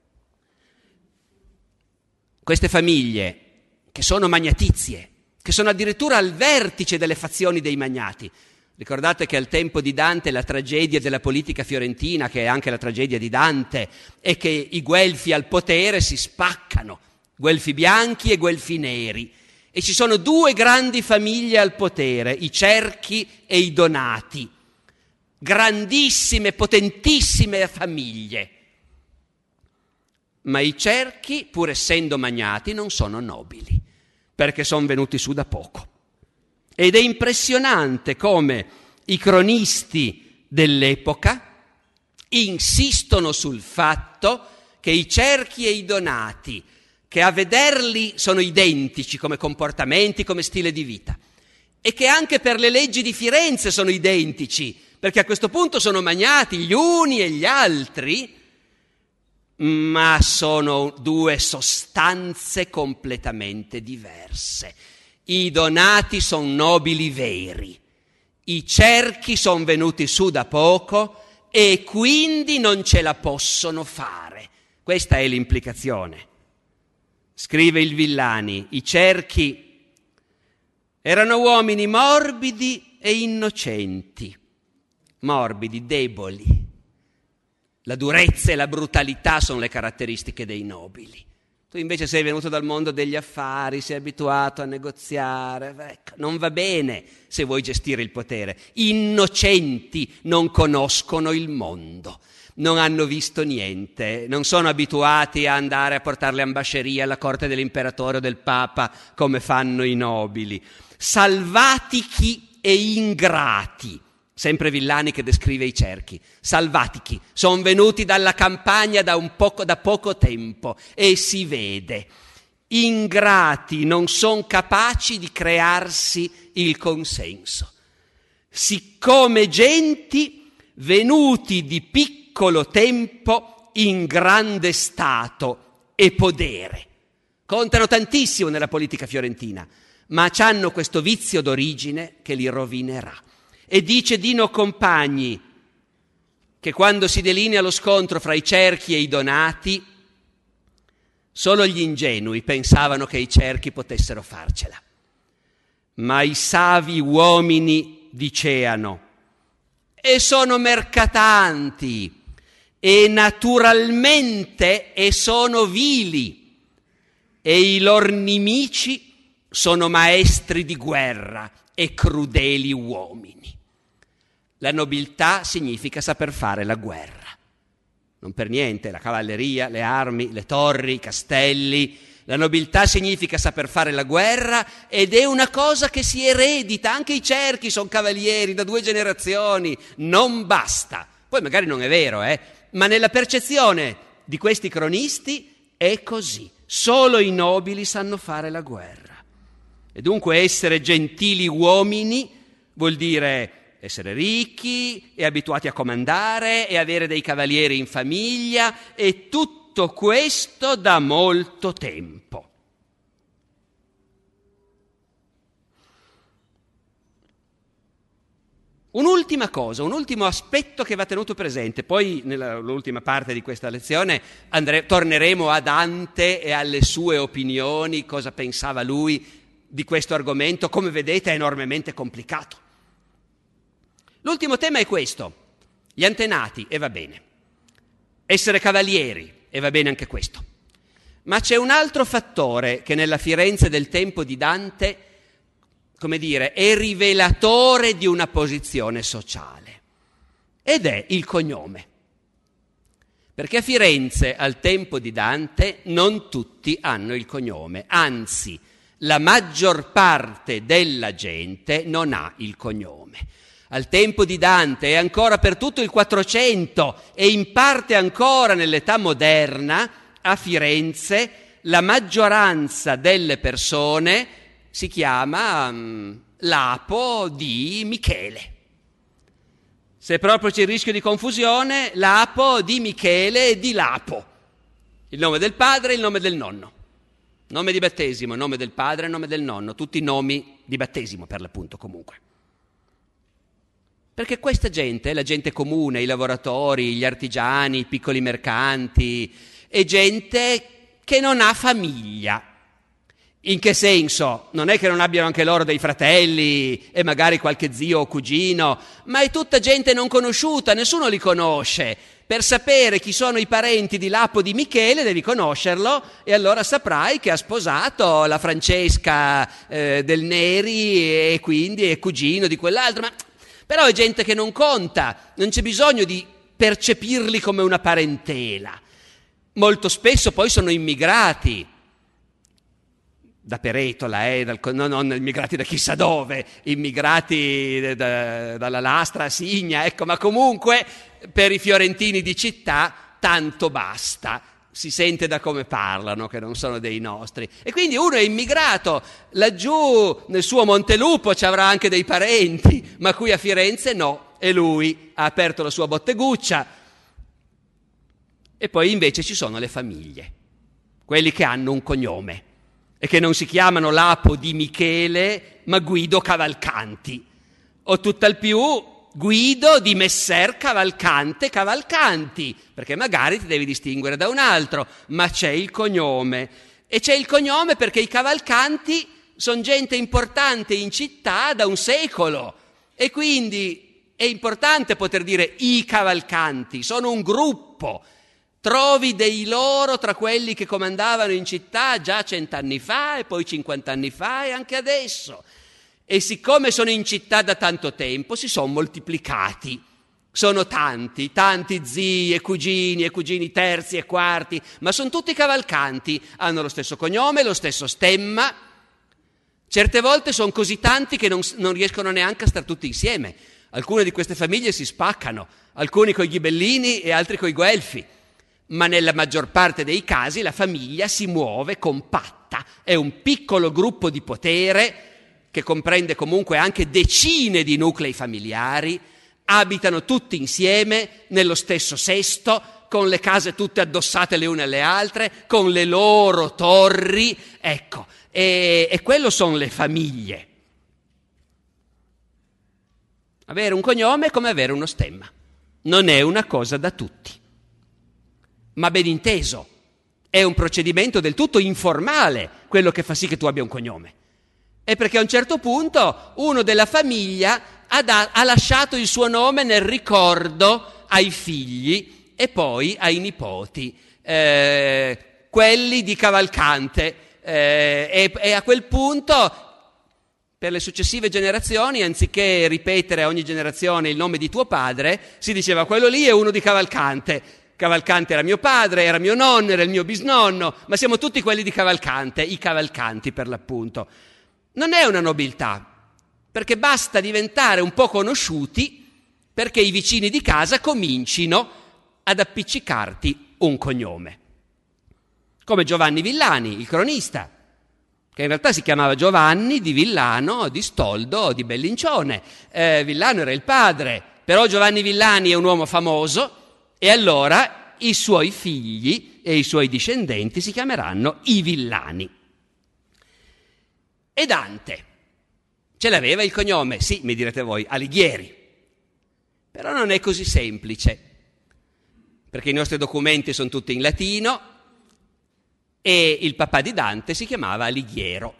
Queste famiglie, che sono magnatizie, che sono addirittura al vertice delle fazioni dei magnati. Ricordate che al tempo di Dante la tragedia della politica fiorentina, che è anche la tragedia di Dante, è che i guelfi al potere si spaccano, guelfi bianchi e guelfi neri. E ci sono due grandi famiglie al potere, i Cerchi e i Donati. Grandissime, potentissime famiglie. Ma i Cerchi, pur essendo magnati, non sono nobili, perché sono venuti su da poco. Ed è impressionante come i cronisti dell'epoca insistono sul fatto che i Cerchi e i Donati, che a vederli sono identici come comportamenti, come stile di vita, e che anche per le leggi di Firenze sono identici, perché a questo punto sono magnati gli uni e gli altri, ma sono due sostanze completamente diverse. I Donati sono nobili veri, i Cerchi sono venuti su da poco e quindi non ce la possono fare. Questa è l'implicazione. Scrive il Villani: i Cerchi erano uomini morbidi e innocenti, morbidi, deboli. La durezza e la brutalità sono le caratteristiche dei nobili. Tu invece sei venuto dal mondo degli affari, sei abituato a negoziare. Ecco, non va bene se vuoi gestire il potere. Innocenti, non conoscono il mondo, non hanno visto niente, non sono abituati a andare a portare le ambascerie alla corte dell'imperatore o del papa come fanno i nobili. Salvatichi e ingrati. Sempre Villani che descrive i Cerchi. Salvatichi, sono venuti dalla campagna da poco tempo e si vede. Ingrati, non sono capaci di crearsi il consenso. Siccome genti venuti di piccolo tempo in grande stato e podere. Contano tantissimo nella politica fiorentina, ma hanno questo vizio d'origine che li rovinerà. E dice Dino Compagni che quando si delinea lo scontro fra i Cerchi e i Donati, solo gli ingenui pensavano che i Cerchi potessero farcela. Ma i savi uomini diceano: e sono mercatanti, e naturalmente e sono vili, e i loro nemici sono maestri di guerra e crudeli uomini. La nobiltà significa saper fare la guerra. Non per niente la cavalleria, le armi, le torri, i castelli. La nobiltà significa saper fare la guerra ed è una cosa che si eredita. Anche i Cerchi sono cavalieri da 2 generazioni. Non basta. Poi magari non è vero, ma nella percezione di questi cronisti è così. Solo i nobili sanno fare la guerra. E dunque essere gentili uomini vuol dire essere ricchi e abituati a comandare e avere dei cavalieri in famiglia, e tutto questo da molto tempo. Un'ultima cosa, un ultimo aspetto che va tenuto presente, poi nell'ultima parte di questa lezione torneremo a Dante e alle sue opinioni, cosa pensava lui di questo argomento. Come vedete è enormemente complicato. L'ultimo tema è questo: gli antenati, e va bene. essere cavalieri, e va bene anche questo. Ma c'è un altro fattore che nella Firenze del tempo di Dante, come dire, è rivelatore di una posizione sociale, ed è il cognome. Perché a Firenze, al tempo di Dante, non tutti hanno il cognome, anzi, la maggior parte della gente non ha il cognome. Al tempo di Dante e ancora per tutto il 400 e in parte ancora nell'età moderna, a Firenze la maggioranza delle persone si chiama Lapo di Michele. Se proprio c'è il rischio di confusione, Lapo di Michele e di Lapo. Il nome del padre e il nome del nonno. Nome di battesimo, nome del padre e nome del nonno. Tutti nomi di battesimo per l'appunto comunque. Perché questa gente, la gente comune, i lavoratori, gli artigiani, i piccoli mercanti, è gente che non ha famiglia. In che senso? Non è che non abbiano anche loro dei fratelli e magari qualche zio o cugino, ma è tutta gente non conosciuta, nessuno li conosce. Per sapere chi sono i parenti di Lapo di Michele devi conoscerlo e allora saprai che ha sposato la Francesca del Neri e quindi è cugino di quell'altro. Però è gente che non conta, non c'è bisogno di percepirli come una parentela. Molto spesso poi sono immigrati. Da Peretola, non immigrati da chissà dove, immigrati dalla Lastra a Signa, ecco, ma comunque per i fiorentini di città tanto basta, si sente da come parlano che non sono dei nostri. E quindi uno è immigrato, laggiù nel suo Montelupo ci avrà anche dei parenti, ma qui a Firenze no, e lui ha aperto la sua botteguccia. E poi invece ci sono le famiglie, quelli che hanno un cognome e che non si chiamano Lapo di Michele, ma Guido Cavalcanti, o tutt'al più Guido di Messer Cavalcante Cavalcanti, perché magari ti devi distinguere da un altro, ma c'è il cognome. E c'è il cognome perché i Cavalcanti sono gente importante in città da un secolo, e quindi è importante poter dire i Cavalcanti, sono un gruppo. Trovi dei loro tra quelli che comandavano in città già 100 anni fa e poi 50 anni fa e anche adesso. E siccome sono in città da tanto tempo si sono moltiplicati. Sono tanti zii e cugini terzi e quarti, ma sono tutti Cavalcanti, hanno lo stesso cognome, lo stesso stemma. Certe volte sono così tanti che non riescono neanche a stare tutti insieme. Alcune di queste famiglie si spaccano, alcuni coi ghibellini e altri coi guelfi. Ma nella maggior parte dei casi la famiglia si muove compatta, è un piccolo gruppo di potere che comprende comunque anche decine di nuclei familiari, abitano tutti insieme nello stesso sesto, con le case tutte addossate le une alle altre, con le loro torri, ecco, e quello sono le famiglie. Avere un cognome è come avere uno stemma, non è una cosa da tutti. Ma ben inteso, è un procedimento del tutto informale quello che fa sì che tu abbia un cognome. È perché a un certo punto uno della famiglia ha lasciato il suo nome nel ricordo ai figli e poi ai nipoti, quelli di Cavalcante. E a quel punto, per le successive generazioni, anziché ripetere a ogni generazione il nome di tuo padre, si diceva quello lì è uno di Cavalcante. Cavalcante era mio padre, era mio nonno, era il mio bisnonno, ma siamo tutti quelli di Cavalcante, i Cavalcanti per l'appunto. Non è una nobiltà, perché basta diventare un po' conosciuti perché i vicini di casa comincino ad appiccicarti un cognome. Come Giovanni Villani, il cronista, che in realtà si chiamava Giovanni di Villano, di Stoldo, di Bellincione. Villano era il padre, però Giovanni Villani è un uomo famoso, e allora i suoi figli e i suoi discendenti si chiameranno i Villani. E Dante ce l'aveva il cognome? Sì, mi direte voi, Alighieri. Però non è così semplice, perché i nostri documenti sono tutti in latino e il papà di Dante si chiamava Alighiero.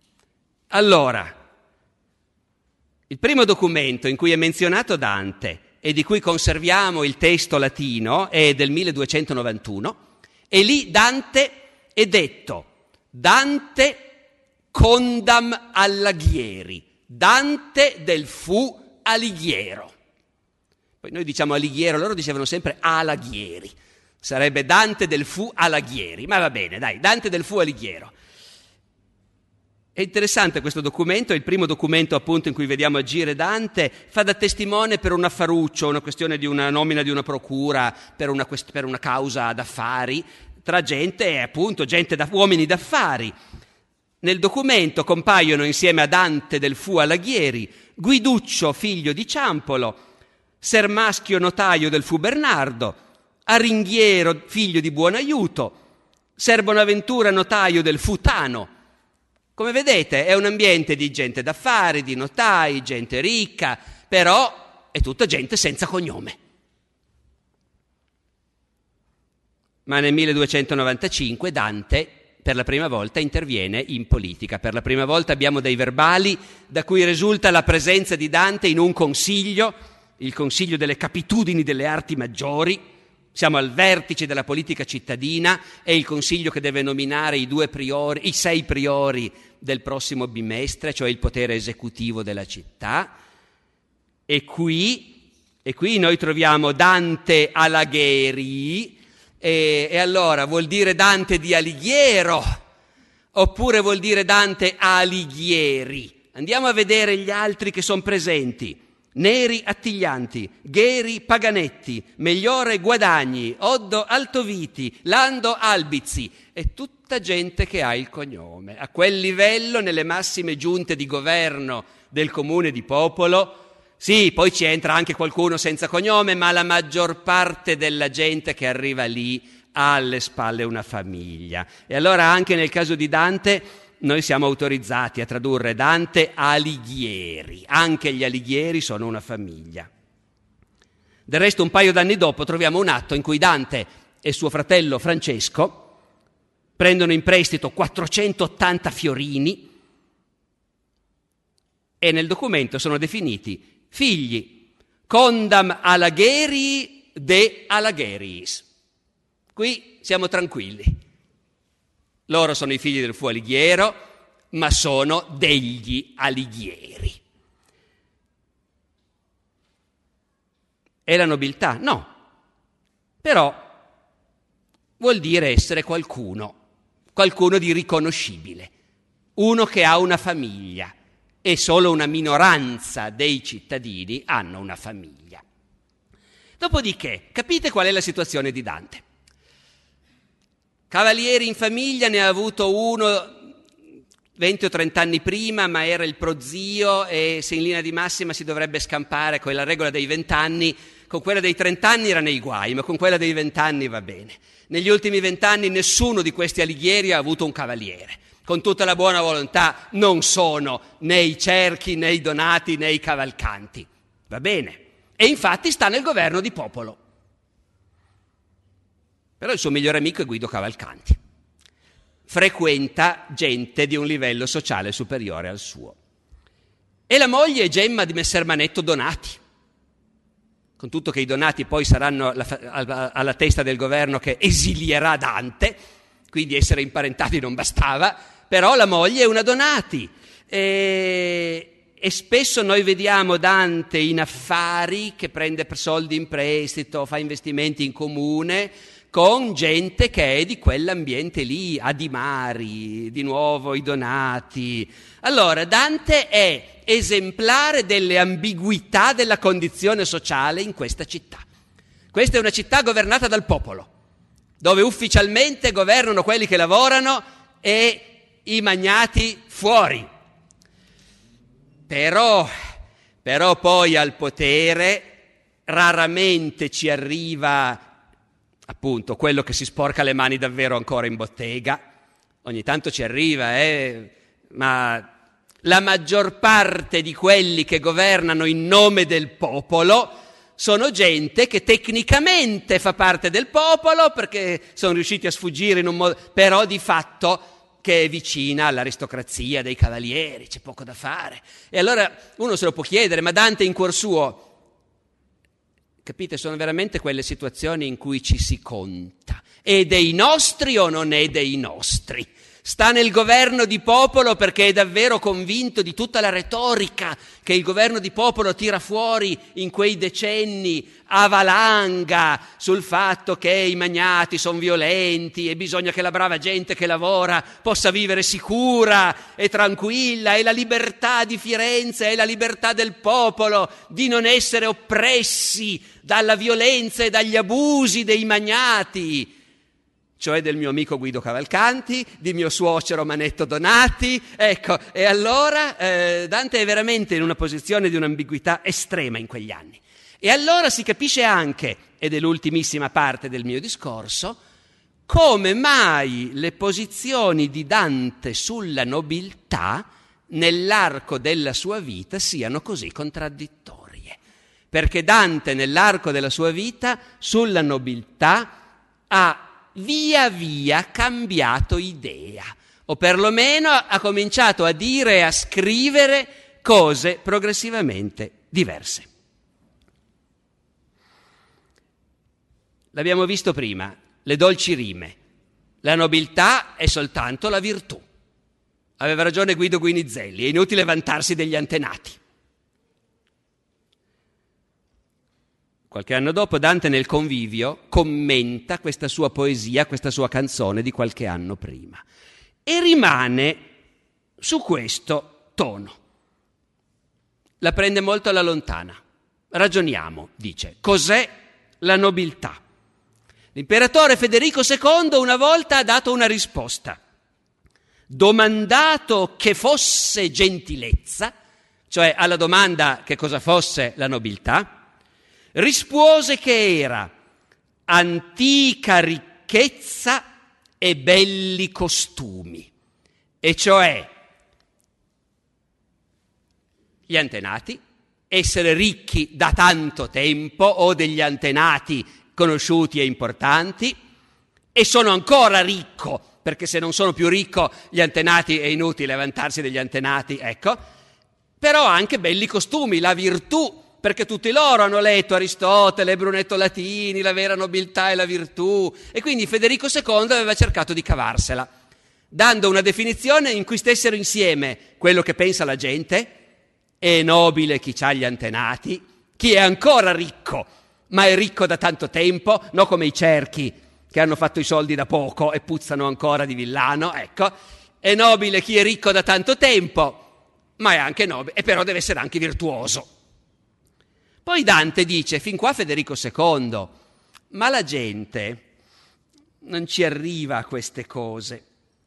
Allora, il primo documento in cui è menzionato Dante e di cui conserviamo il testo latino, è del 1291, e lì Dante è detto Dante condam Alighieri, Dante del fu Alighiero. Poi noi diciamo Alighiero, loro dicevano sempre Alaghieri, sarebbe Dante del fu Alaghieri, ma va bene, dai, Dante del fu Alighiero. È interessante questo documento, è il primo documento appunto in cui vediamo agire Dante, fa da testimone per un affaruccio, una questione di una nomina di una procura, per una causa d'affari, tra gente, appunto, uomini d'affari. Nel documento compaiono insieme a Dante del fu Alaghieri, Guiduccio figlio di Ciampolo, Ser Maschio notaio del fu Bernardo, Aringhiero figlio di Buonaiuto, Ser Bonaventura notaio del fu Tano. Come vedete è un ambiente di gente d'affari, di notai, gente ricca, però è tutta gente senza cognome. Ma nel 1295 Dante per la prima volta interviene in politica. Per la prima volta abbiamo dei verbali da cui risulta la presenza di Dante in un consiglio, il Consiglio delle Capitudini delle Arti Maggiori. Siamo al vertice della politica cittadina, è il consiglio che deve nominare i 6 priori del prossimo bimestre, cioè il potere esecutivo della città. E qui noi troviamo Dante Alaghieri, e allora vuol dire Dante di Alighiero, oppure vuol dire Dante Alighieri? Andiamo a vedere gli altri che sono presenti. Neri Attiglianti, Gheri Paganetti, Megliore Guadagni, Oddo Altoviti, Lando Albizi, è tutta gente che ha il cognome. A quel livello, nelle massime giunte di governo del comune di Popolo, sì, poi ci entra anche qualcuno senza cognome, ma la maggior parte della gente che arriva lì ha alle spalle una famiglia. E allora anche nel caso di Dante noi siamo autorizzati a tradurre Dante Alighieri, anche gli Alighieri sono una famiglia. Del resto un paio d'anni dopo troviamo un atto in cui Dante e suo fratello Francesco prendono in prestito 480 fiorini e nel documento sono definiti figli condam Alaghieri de Alagheris. Qui siamo tranquilli. Loro sono i figli del fu Alighiero, ma sono degli Alighieri. È la nobiltà? No. Però vuol dire essere qualcuno di riconoscibile, uno che ha una famiglia, e solo una minoranza dei cittadini hanno una famiglia. Dopodiché, capite qual è la situazione di Dante? Cavalieri in famiglia ne ha avuto uno 20 o 30 anni prima, ma era il prozio e se in linea di massima si dovrebbe scampare con la regola dei 20 anni, con quella dei 30 anni era nei guai, ma con quella dei 20 anni va bene. Negli ultimi 20 anni nessuno di questi Alighieri ha avuto un cavaliere. Con tutta la buona volontà non sono né i Cerchi, né i Donati, né i Cavalcanti. Va bene. E infatti sta nel governo di Popolo. Però il suo migliore amico è Guido Cavalcanti. Frequenta gente di un livello sociale superiore al suo. E la moglie è Gemma di Messer Manetto Donati. Con tutto che i Donati poi saranno alla testa del governo che esilierà Dante, quindi essere imparentati non bastava, però la moglie è una Donati. E spesso noi vediamo Dante in affari, che prende soldi in prestito, fa investimenti in comune, con gente che è di quell'ambiente lì, Adimari, di nuovo i Donati. Allora, Dante è esemplare delle ambiguità della condizione sociale in questa città. Questa è una città governata dal popolo, dove ufficialmente governano quelli che lavorano e i magnati fuori. Però poi al potere raramente ci arriva appunto quello che si sporca le mani davvero ancora in bottega. Ogni tanto ci arriva, ma la maggior parte di quelli che governano in nome del popolo sono gente che tecnicamente fa parte del popolo perché sono riusciti a sfuggire in un modo, però di fatto che è vicina all'aristocrazia dei cavalieri, c'è poco da fare. E allora uno se lo può chiedere, ma Dante in cuor suo Capite? Sono veramente quelle situazioni in cui ci si conta. È dei nostri o non è dei nostri? Sta nel governo di popolo perché è davvero convinto di tutta la retorica che il governo di popolo tira fuori in quei decenni a valanga sul fatto che i magnati sono violenti e bisogna che la brava gente che lavora possa vivere sicura e tranquilla, e la libertà di Firenze e la libertà del popolo di non essere oppressi dalla violenza e dagli abusi dei magnati, cioè del mio amico Guido Cavalcanti, di mio suocero Manetto Donati. Ecco, e allora Dante è veramente in una posizione di un'ambiguità estrema in quegli anni. E allora si capisce anche, ed è l'ultimissima parte del mio discorso, come mai le posizioni di Dante sulla nobiltà nell'arco della sua vita siano così contraddittorie. Perché Dante nell'arco della sua vita sulla nobiltà ha via via cambiato idea, o perlomeno ha cominciato a dire e a scrivere cose progressivamente diverse. L'abbiamo visto prima, le dolci rime. La nobiltà è soltanto la virtù. Aveva ragione Guido Guinizelli, è inutile vantarsi degli antenati. Qualche anno dopo Dante nel Convivio commenta questa sua poesia, questa sua canzone di qualche anno prima, e rimane su questo tono. La prende molto alla lontana. Ragioniamo, dice, cos'è la nobiltà? L'imperatore Federico II una volta ha dato una risposta. Domandato che fosse gentilezza, cioè alla domanda che cosa fosse la nobiltà, rispose che era antica ricchezza e belli costumi, e cioè gli antenati, essere ricchi da tanto tempo o degli antenati conosciuti e importanti, e sono ancora ricco, perché se non sono più ricco gli antenati è inutile vantarsi degli antenati, ecco, però anche belli costumi, la virtù, perché tutti loro hanno letto Aristotele, Brunetto Latini, la vera nobiltà e la virtù, e quindi Federico II aveva cercato di cavarsela, dando una definizione in cui stessero insieme quello che pensa la gente: è nobile chi c'ha gli antenati, chi è ancora ricco, ma è ricco da tanto tempo, non come i cerchi che hanno fatto i soldi da poco e puzzano ancora di villano, ecco, è nobile chi è ricco da tanto tempo, ma è anche nobile, e però deve essere anche virtuoso. Poi Dante dice, fin qua Federico II, ma la gente non ci arriva a queste cose.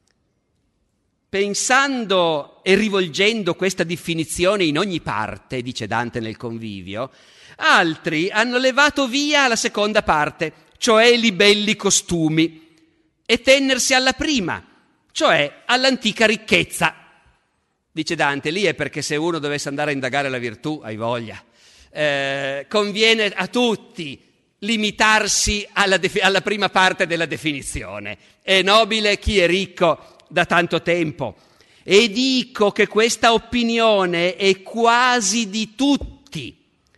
Pensando e rivolgendo questa definizione in ogni parte, dice Dante nel Convivio, altri hanno levato via la seconda parte, cioè i belli costumi, e tenersi alla prima, cioè all'antica ricchezza. Dice Dante, lì è perché se uno dovesse andare a indagare la virtù, hai voglia. Conviene a tutti limitarsi alla prima parte della definizione. È nobile chi è ricco da tanto tempo. E dico che questa opinione è quasi di tutti.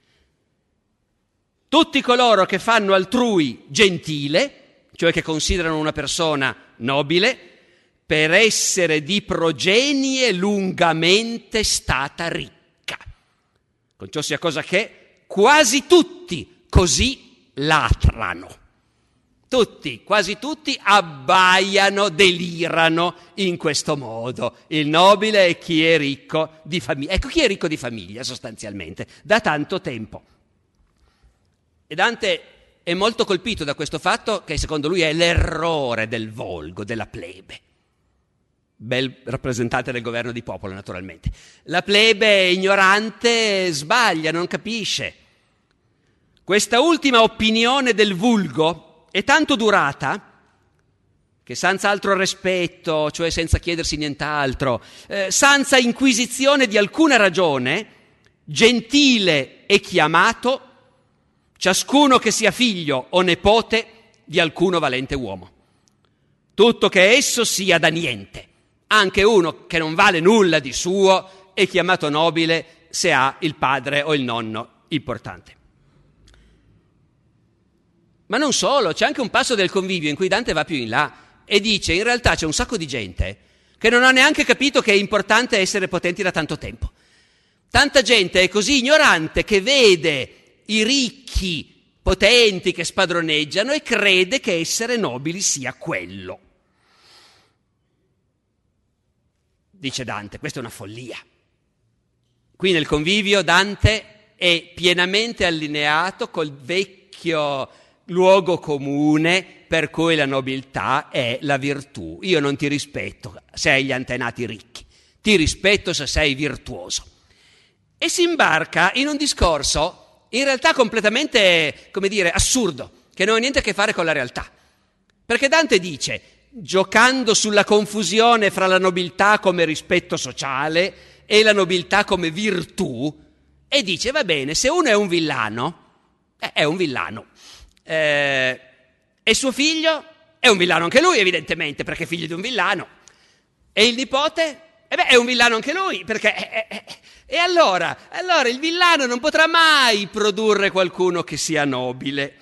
Tutti coloro che fanno altrui gentile, cioè che considerano una persona nobile, per essere di progenie lungamente stata ricca. Con ciò sia cosa che quasi tutti così latrano. Tutti, quasi tutti abbaiano, delirano in questo modo. Il nobile è chi è ricco di famiglia. Ecco, chi è ricco di famiglia sostanzialmente, da tanto tempo. E Dante è molto colpito da questo fatto, che secondo lui è l'errore del volgo, della plebe. Bel rappresentante del governo di popolo, naturalmente. La plebe ignorante sbaglia, non capisce. Questa ultima opinione del vulgo è tanto durata che senza altro rispetto, cioè senza chiedersi nient'altro, senza inquisizione di alcuna ragione, gentile è chiamato ciascuno che sia figlio o nepote di alcuno valente uomo. Tutto che esso sia da niente. Anche uno che non vale nulla di suo è chiamato nobile se ha il padre o il nonno importante. Ma non solo, c'è anche un passo del Convivio in cui Dante va più in là e dice: in realtà c'è un sacco di gente che non ha neanche capito che è importante essere potenti da tanto tempo. Tanta gente è così ignorante che vede i ricchi potenti che spadroneggiano e crede che essere nobili sia quello. Dice Dante, questa è una follia. Qui nel Convivio Dante è pienamente allineato col vecchio luogo comune per cui la nobiltà è la virtù. Io non ti rispetto se hai gli antenati ricchi, ti rispetto se sei virtuoso. E si imbarca in un discorso in realtà completamente, assurdo, che non ha niente a che fare con la realtà. Perché Dante dice, giocando sulla confusione fra la nobiltà come rispetto sociale e la nobiltà come virtù, e dice, va bene, se uno è un villano, è un villano. E suo figlio è un villano anche lui, evidentemente, perché è figlio di un villano. E il nipote? È un villano anche lui, perché... E allora il villano non potrà mai produrre qualcuno che sia nobile.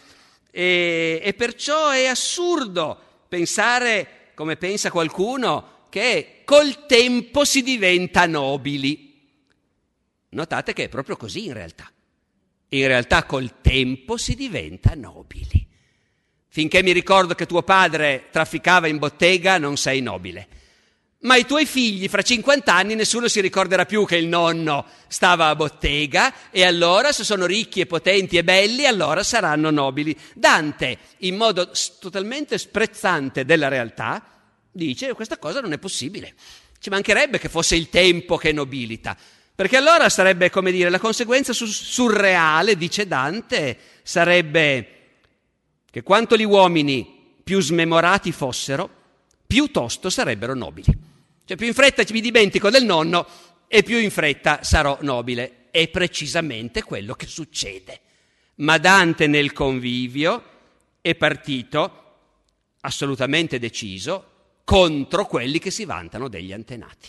E perciò è assurdo pensare, come pensa qualcuno, che col tempo si diventa nobili. Notate che è proprio così in realtà. In realtà col tempo si diventa nobili. Finché mi ricordo che tuo padre trafficava in bottega non sei nobile. Ma i tuoi figli fra 50 anni nessuno si ricorderà più che il nonno stava a bottega e allora se sono ricchi e potenti e belli allora saranno nobili. Dante, in modo totalmente sprezzante della realtà, dice questa cosa non è possibile. Ci mancherebbe che fosse il tempo che nobilita, perché allora sarebbe, la conseguenza surreale, dice Dante, sarebbe che quanto gli uomini più smemorati fossero, più tosto sarebbero nobili. Cioè più in fretta mi dimentico del nonno e più in fretta sarò nobile. È precisamente quello che succede. Ma Dante nel Convivio è partito assolutamente deciso contro quelli che si vantano degli antenati.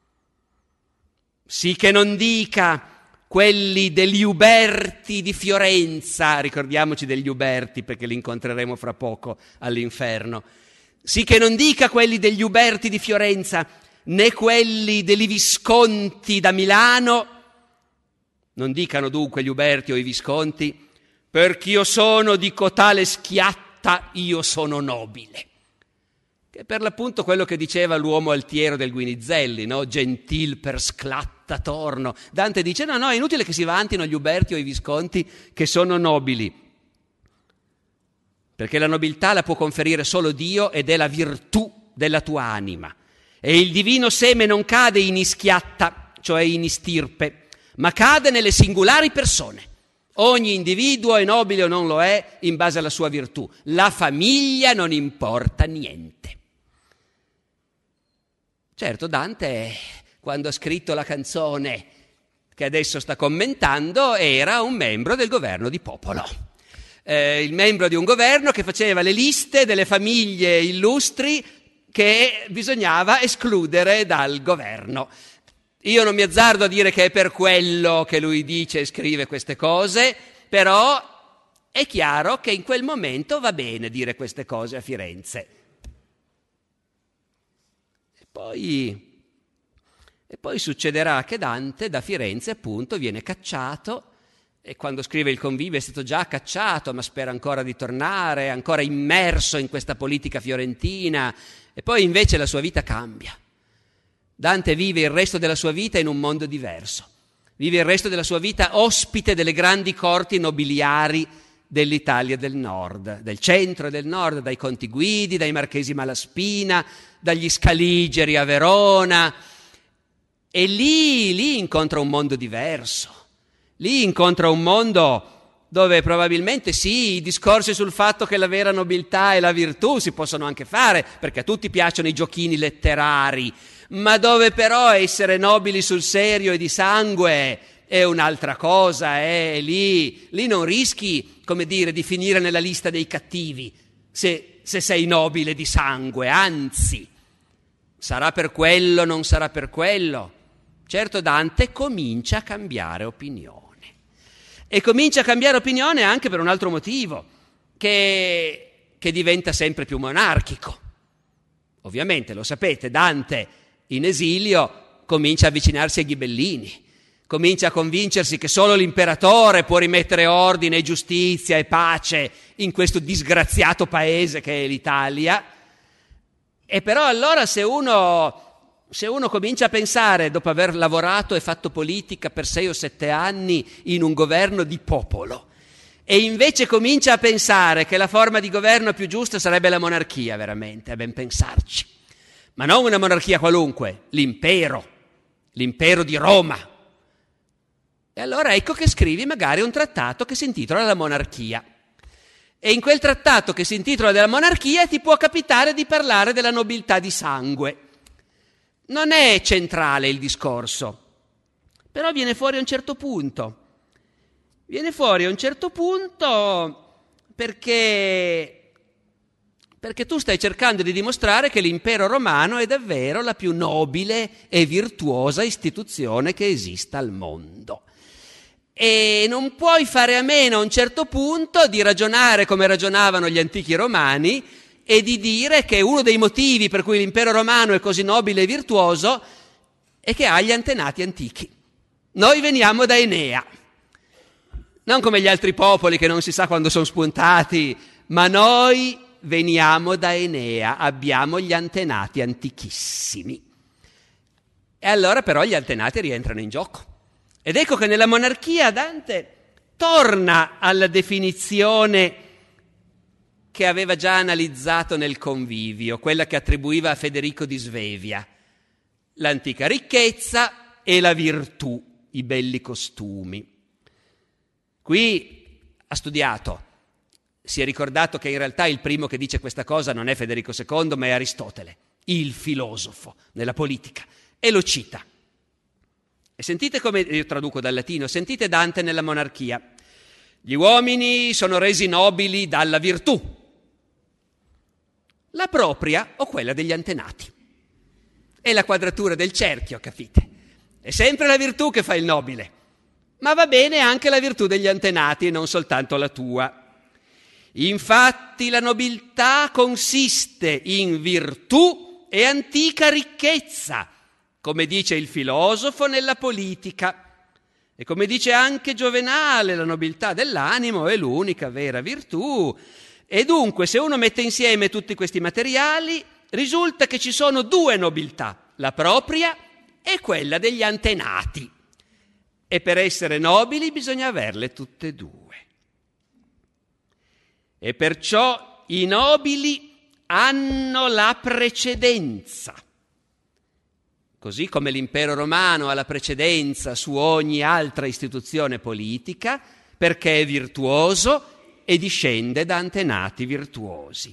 Sì che non dica quelli degli Uberti di Fiorenza, ricordiamoci degli Uberti perché li incontreremo fra poco all'inferno, sì che non dica quelli degli Uberti di Fiorenza, né quelli degli Visconti da Milano, non dicano dunque gli Uberti o i Visconti, perché io sono di cotale schiatta, io sono nobile. Che è per l'appunto quello che diceva l'uomo altiero del Guinizelli, no? Gentil per sclatta torno. Dante dice, no, è inutile che si vantino gli Uberti o i Visconti che sono nobili, perché la nobiltà la può conferire solo Dio ed è la virtù della tua anima. E il divino seme non cade in ischiatta, cioè in istirpe, ma cade nelle singolari persone. Ogni individuo è nobile o non lo è in base alla sua virtù. La famiglia non importa niente. Certo, Dante, quando ha scritto la canzone che adesso sta commentando, era un membro del governo di popolo. Il membro di un governo che faceva le liste delle famiglie illustri che bisognava escludere dal governo. Io non mi azzardo a dire che è per quello che lui dice e scrive queste cose, però è chiaro che in quel momento va bene dire queste cose a Firenze. E poi succederà che Dante da Firenze appunto viene cacciato, e quando scrive il Convivio è stato già cacciato, ma spera ancora di tornare, è ancora immerso in questa politica fiorentina, e poi invece la sua vita cambia. Dante vive il resto della sua vita in un mondo diverso, vive il resto della sua vita ospite delle grandi corti nobiliari dell'Italia del Nord, del centro e del Nord, dai Conti Guidi, dai Marchesi Malaspina, dagli Scaligeri a Verona, e lì incontra un mondo diverso. Lì incontra un mondo dove probabilmente sì, i discorsi sul fatto che la vera nobiltà e la virtù si possono anche fare, perché a tutti piacciono i giochini letterari, ma dove però essere nobili sul serio e di sangue è un'altra cosa, lì non rischi, di finire nella lista dei cattivi se sei nobile di sangue, anzi, sarà per quello, non sarà per quello. Certo, Dante comincia a cambiare opinione. E comincia a cambiare opinione anche per un altro motivo, che diventa sempre più monarchico. Ovviamente, lo sapete, Dante in esilio comincia a avvicinarsi ai ghibellini, comincia a convincersi che solo l'imperatore può rimettere ordine, giustizia e pace in questo disgraziato paese che è l'Italia. E però allora se uno comincia a pensare, dopo aver lavorato e fatto politica per 6 o 7 anni in un governo di popolo, e invece comincia a pensare che la forma di governo più giusta sarebbe la monarchia, veramente, a ben pensarci. Ma non una monarchia qualunque, l'impero di Roma. E allora ecco che scrivi magari un trattato che si intitola La monarchia. E in quel trattato che si intitola della monarchia ti può capitare di parlare della nobiltà di sangue. Non è centrale il discorso, però viene fuori a un certo punto. Viene fuori a un certo punto perché tu stai cercando di dimostrare che l'impero romano è davvero la più nobile e virtuosa istituzione che esista al mondo. E non puoi fare a meno a un certo punto di ragionare come ragionavano gli antichi romani e di dire che uno dei motivi per cui l'impero romano è così nobile e virtuoso è che ha gli antenati antichi. Noi veniamo da Enea. Non come gli altri popoli che non si sa quando sono spuntati, ma noi veniamo da Enea, abbiamo gli antenati antichissimi. E allora però gli antenati rientrano in gioco. Ed ecco che nella monarchia Dante torna alla definizione che aveva già analizzato nel Convivio, quella che attribuiva a Federico di Svevia: l'antica ricchezza e la virtù, i belli costumi. Qui ha studiato, si è ricordato che in realtà il primo che dice questa cosa non è Federico II, ma è Aristotele, il filosofo nella politica, e lo cita. E sentite come, io traduco dal latino, sentite Dante nella monarchia. Gli uomini sono resi nobili dalla virtù, la propria o quella degli antenati. È la quadratura del cerchio, capite? È sempre la virtù che fa il nobile. Ma va bene anche la virtù degli antenati e non soltanto la tua. Infatti la nobiltà consiste in virtù e antica ricchezza, come dice il filosofo nella politica. E come dice anche Giovenale, la nobiltà dell'animo è l'unica vera virtù. E dunque, se uno mette insieme tutti questi materiali, risulta che ci sono 2 nobiltà, la propria e quella degli antenati. E per essere nobili bisogna averle tutte e 2. E perciò i nobili hanno la precedenza. Così come l'impero romano ha la precedenza su ogni altra istituzione politica, perché è virtuoso e discende da antenati virtuosi.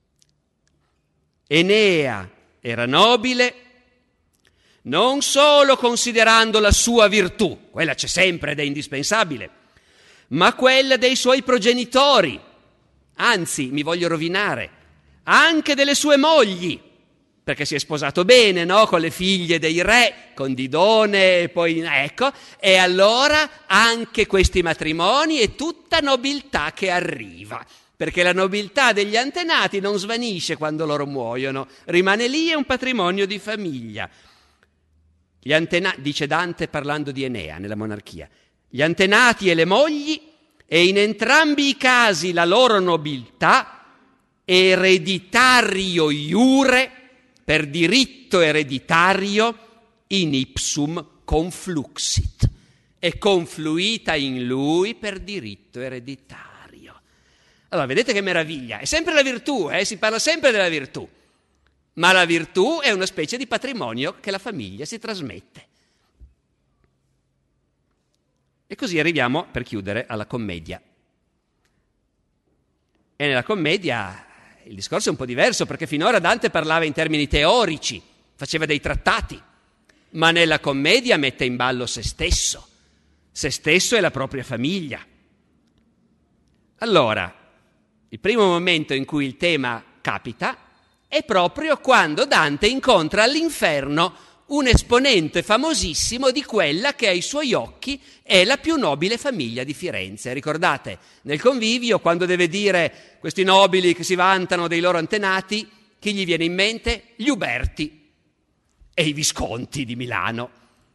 Enea era nobile non solo considerando la sua virtù, quella c'è sempre ed è indispensabile, ma quella dei suoi progenitori, anzi, mi voglio rovinare, anche delle sue mogli, perché si è sposato bene, no? Con le figlie dei re, con Didone, e poi ecco, e allora anche questi matrimoni è tutta nobiltà che arriva, perché la nobiltà degli antenati non svanisce quando loro muoiono, rimane lì, è un patrimonio di famiglia. Gli antenati, dice Dante parlando di Enea nella monarchia, gli antenati e le mogli, e in entrambi i casi la loro nobiltà, ereditario iure, per diritto ereditario, in ipsum confluxit, è confluita in lui per diritto ereditario. Allora, vedete che meraviglia, è sempre la virtù, si parla sempre della virtù. Ma la virtù è una specie di patrimonio che la famiglia si trasmette. E così arriviamo, per chiudere, alla commedia. E nella commedia il discorso è un po' diverso, perché finora Dante parlava in termini teorici, faceva dei trattati, ma nella commedia mette in ballo se stesso e la propria famiglia. Allora, il primo momento in cui il tema capita è proprio quando Dante incontra all'inferno un esponente famosissimo di quella che ai suoi occhi è la più nobile famiglia di Firenze. Ricordate, nel convivio, quando deve dire questi nobili che si vantano dei loro antenati, chi gli viene in mente? Gli Uberti e i Visconti di Milano.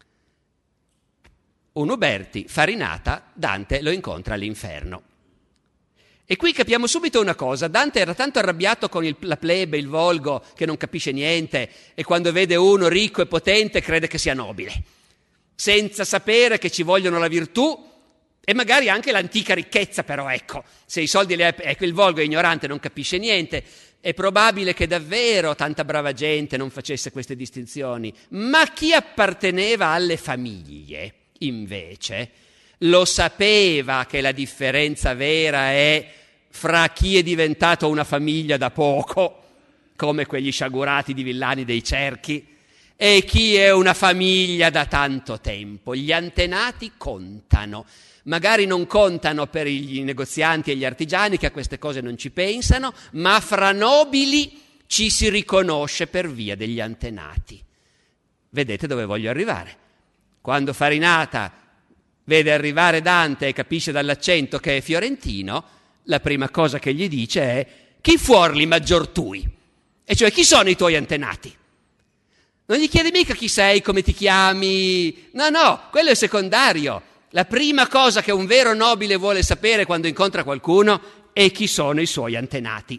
Un Uberti, Farinata, Dante lo incontra all'inferno. E qui capiamo subito una cosa: Dante era tanto arrabbiato con la plebe, il volgo, che non capisce niente, e quando vede uno ricco e potente crede che sia nobile, senza sapere che ci vogliono la virtù e magari anche l'antica ricchezza. Però ecco, se i soldi ecco, il volgo è ignorante, non capisce niente. È probabile che davvero tanta brava gente non facesse queste distinzioni, ma chi apparteneva alle famiglie, invece, lo sapeva che la differenza vera è fra chi è diventato una famiglia da poco, come quegli sciagurati di Villani dei Cerchi, e chi è una famiglia da tanto tempo. Gli antenati contano. Magari non contano per i negozianti e gli artigiani, che a queste cose non ci pensano, ma fra nobili ci si riconosce per via degli antenati. Vedete dove voglio arrivare? Quando Farinata vede arrivare Dante e capisce dall'accento che è fiorentino, la prima cosa che gli dice è: chi fuorli maggior tui? E cioè, chi sono i tuoi antenati? Non gli chiede mica chi sei, come ti chiami. No, quello è secondario. La prima cosa che un vero nobile vuole sapere quando incontra qualcuno è chi sono i suoi antenati.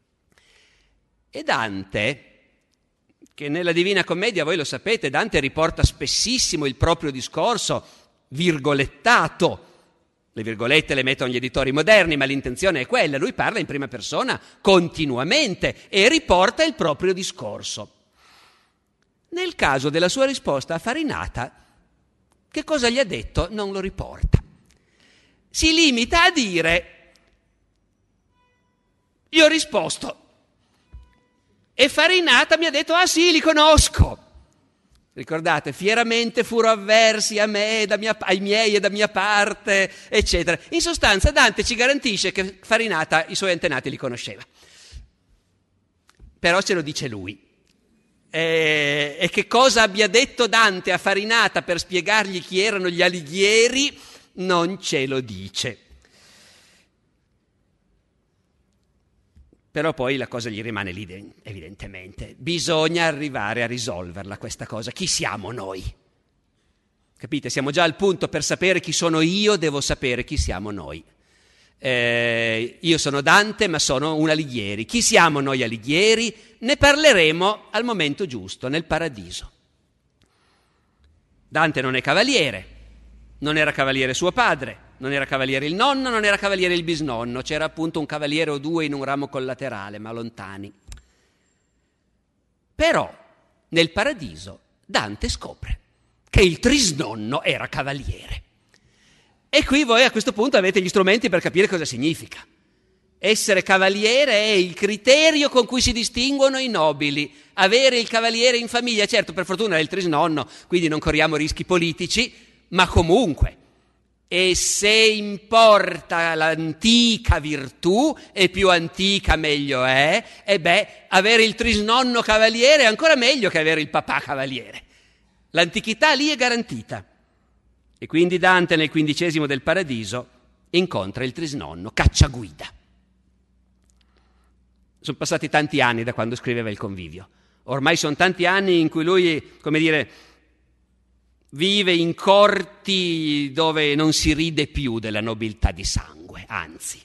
E Dante, che nella Divina Commedia, voi lo sapete, Dante riporta spessissimo il proprio discorso virgolettato. Le virgolette le mettono gli editori moderni, ma l'intenzione è quella. Lui parla in prima persona continuamente e riporta il proprio discorso. Nel caso della sua risposta a Farinata, che cosa gli ha detto? Non lo riporta. Si limita a dire: io ho risposto e Farinata mi ha detto: ah sì, li conosco. Ricordate, fieramente furono avversi a me, ai miei e da mia parte, eccetera. In sostanza Dante ci garantisce che Farinata i suoi antenati li conosceva. Però ce lo dice lui. E che cosa abbia detto Dante a Farinata per spiegargli chi erano gli Alighieri non ce lo dice. Però poi la cosa gli rimane lì, evidentemente. Bisogna arrivare a risolverla questa cosa. Chi siamo noi? Capite? Siamo già al punto: per sapere chi sono io devo sapere chi siamo noi. Io sono Dante, ma sono un Alighieri. Chi siamo noi Alighieri? Ne parleremo al momento giusto, nel paradiso. Dante non è cavaliere, non era cavaliere suo padre, non era cavaliere il nonno, non era cavaliere il bisnonno, c'era appunto un cavaliere o due in un ramo collaterale, ma lontani. Però nel paradiso Dante scopre che il trisnonno era cavaliere. E qui voi a questo punto avete gli strumenti per capire cosa significa. Essere cavaliere è il criterio con cui si distinguono i nobili. Avere il cavaliere in famiglia, certo, per fortuna è il trisnonno, quindi non corriamo rischi politici, ma comunque. E se importa l'antica virtù, e più antica meglio è, e beh, avere il trisnonno cavaliere è ancora meglio che avere il papà cavaliere. L'antichità lì è garantita. E quindi Dante nel 15° del Paradiso incontra il trisnonno Cacciaguida. Sono passati tanti anni da quando scriveva il Convivio. Ormai sono tanti anni in cui lui, come dire, vive in corti dove non si ride più della nobiltà di sangue, anzi.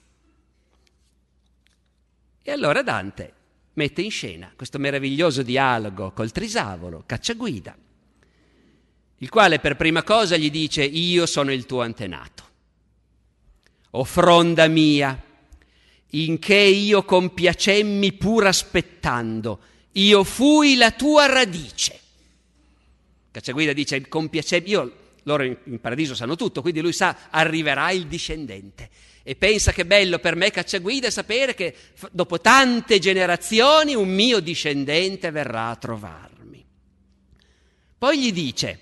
E allora Dante mette in scena questo meraviglioso dialogo col Trisavolo, Cacciaguida, il quale per prima cosa gli dice: io sono il tuo antenato, o fronda mia, in che io compiacemmi pur aspettando, io fui la tua radice. Cacciaguida dice: loro in paradiso sanno tutto, quindi lui sa, arriverà il discendente. E pensa che bello per me, Cacciaguida, sapere che dopo tante generazioni un mio discendente verrà a trovarmi. Poi gli dice: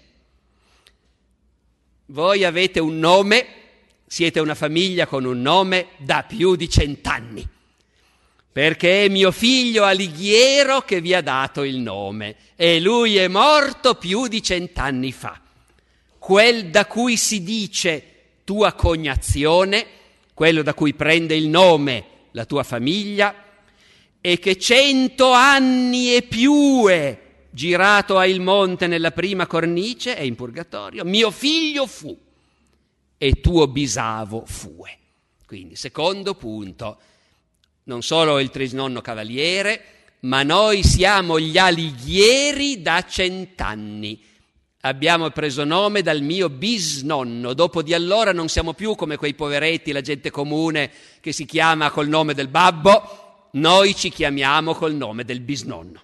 voi avete un nome, siete una famiglia con un nome da più di 100 anni. perché è mio figlio Alighiero che vi ha dato il nome, e lui è morto più di 100 anni fa. Quel da cui si dice tua cognazione, quello da cui prende il nome la tua famiglia, e che 100 anni e più è girato a il monte nella prima cornice, è in purgatorio, mio figlio fu, e tuo bisavo fue. Quindi, secondo punto, non solo il trisnonno cavaliere, ma noi siamo gli Alighieri da 100 anni. Abbiamo preso nome dal mio bisnonno, dopo di allora non siamo più come quei poveretti, la gente comune che si chiama col nome del babbo, noi ci chiamiamo col nome del bisnonno.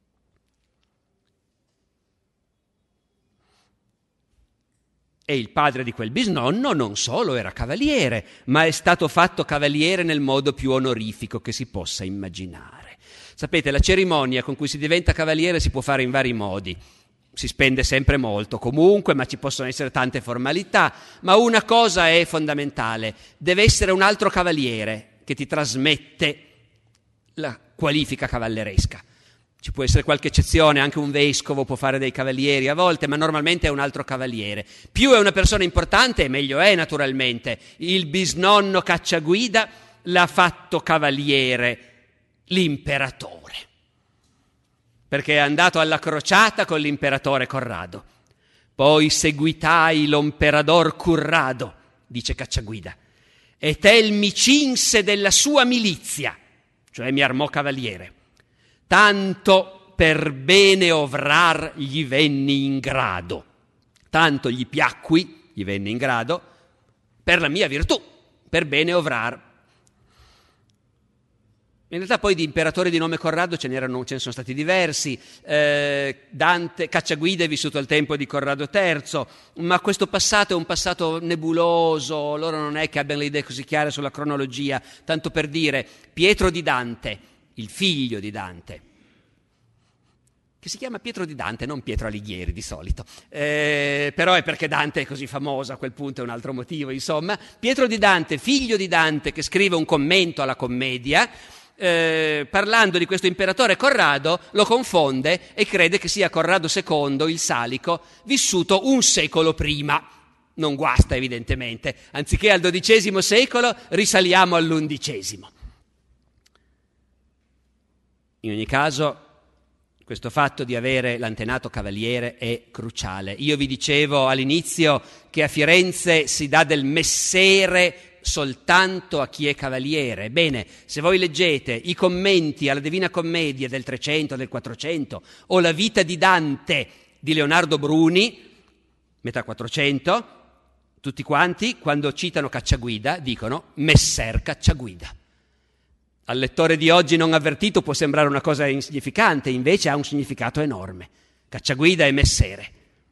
E il padre di quel bisnonno non solo era cavaliere, ma è stato fatto cavaliere nel modo più onorifico che si possa immaginare. Sapete, la cerimonia con cui si diventa cavaliere si può fare in vari modi. Si spende sempre molto comunque, ma ci possono essere tante formalità. Ma una cosa è fondamentale: deve essere un altro cavaliere che ti trasmette la qualifica cavalleresca. Ci può essere qualche eccezione, anche un vescovo può fare dei cavalieri a volte, ma normalmente è un altro cavaliere. Più è una persona importante, meglio è naturalmente. Il bisnonno Cacciaguida l'ha fatto cavaliere l'imperatore, perché è andato alla crociata con l'imperatore Corrado. Poi seguitai l'imperador Currado, dice Cacciaguida, e tel mi cinse della sua milizia, cioè mi armò cavaliere. Tanto per bene ovrar gli venni in grado, tanto gli piacqui, gli venni in grado, per la mia virtù, per bene ovrar. In realtà poi di imperatori di nome Corrado ce ne sono stati diversi. Dante, Cacciaguida è vissuto al tempo di Corrado III, ma questo passato è un passato nebuloso, loro non è che abbiano le idee così chiare sulla cronologia. Tanto per dire, Pietro di Dante, il figlio di Dante, che si chiama Pietro di Dante, non Pietro Alighieri di solito, però è perché Dante è così famoso, a quel punto è un altro motivo, insomma. Pietro di Dante, figlio di Dante, che scrive un commento alla commedia, parlando di questo imperatore Corrado, lo confonde e crede che sia Corrado II, il Salico, vissuto un secolo prima. Non guasta evidentemente, anziché al XII secolo risaliamo all'XI. In ogni caso, questo fatto di avere l'antenato cavaliere è cruciale. Io vi dicevo all'inizio che a Firenze si dà del messere soltanto a chi è cavaliere. Bene, se voi leggete i commenti alla Divina Commedia del 300, del 400, o la vita di Dante di Leonardo Bruni, metà 400, tutti quanti, quando citano Cacciaguida, dicono messer Cacciaguida. Al lettore di oggi non avvertito può sembrare una cosa insignificante, invece ha un significato enorme. Cacciaguida è messere.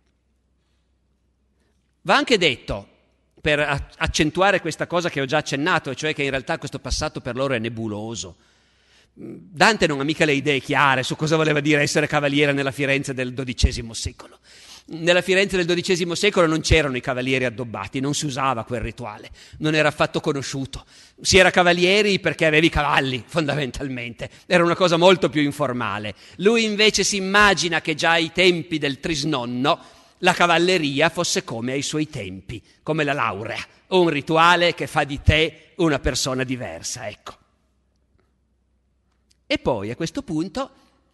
Va anche detto, per accentuare questa cosa che ho già accennato, e cioè che in realtà questo passato per loro è nebuloso. Dante non ha mica le idee chiare su cosa voleva dire essere cavaliere nella Firenze del XII secolo. Nella Firenze del XII secolo non c'erano i cavalieri addobbati, non si usava quel rituale, non era affatto conosciuto. Si era cavalieri perché avevi cavalli, fondamentalmente. Era una cosa molto più informale. Lui invece si immagina che già ai tempi del trisnonno la cavalleria fosse come ai suoi tempi, come la laurea, un rituale che fa di te una persona diversa, ecco. E poi a questo punto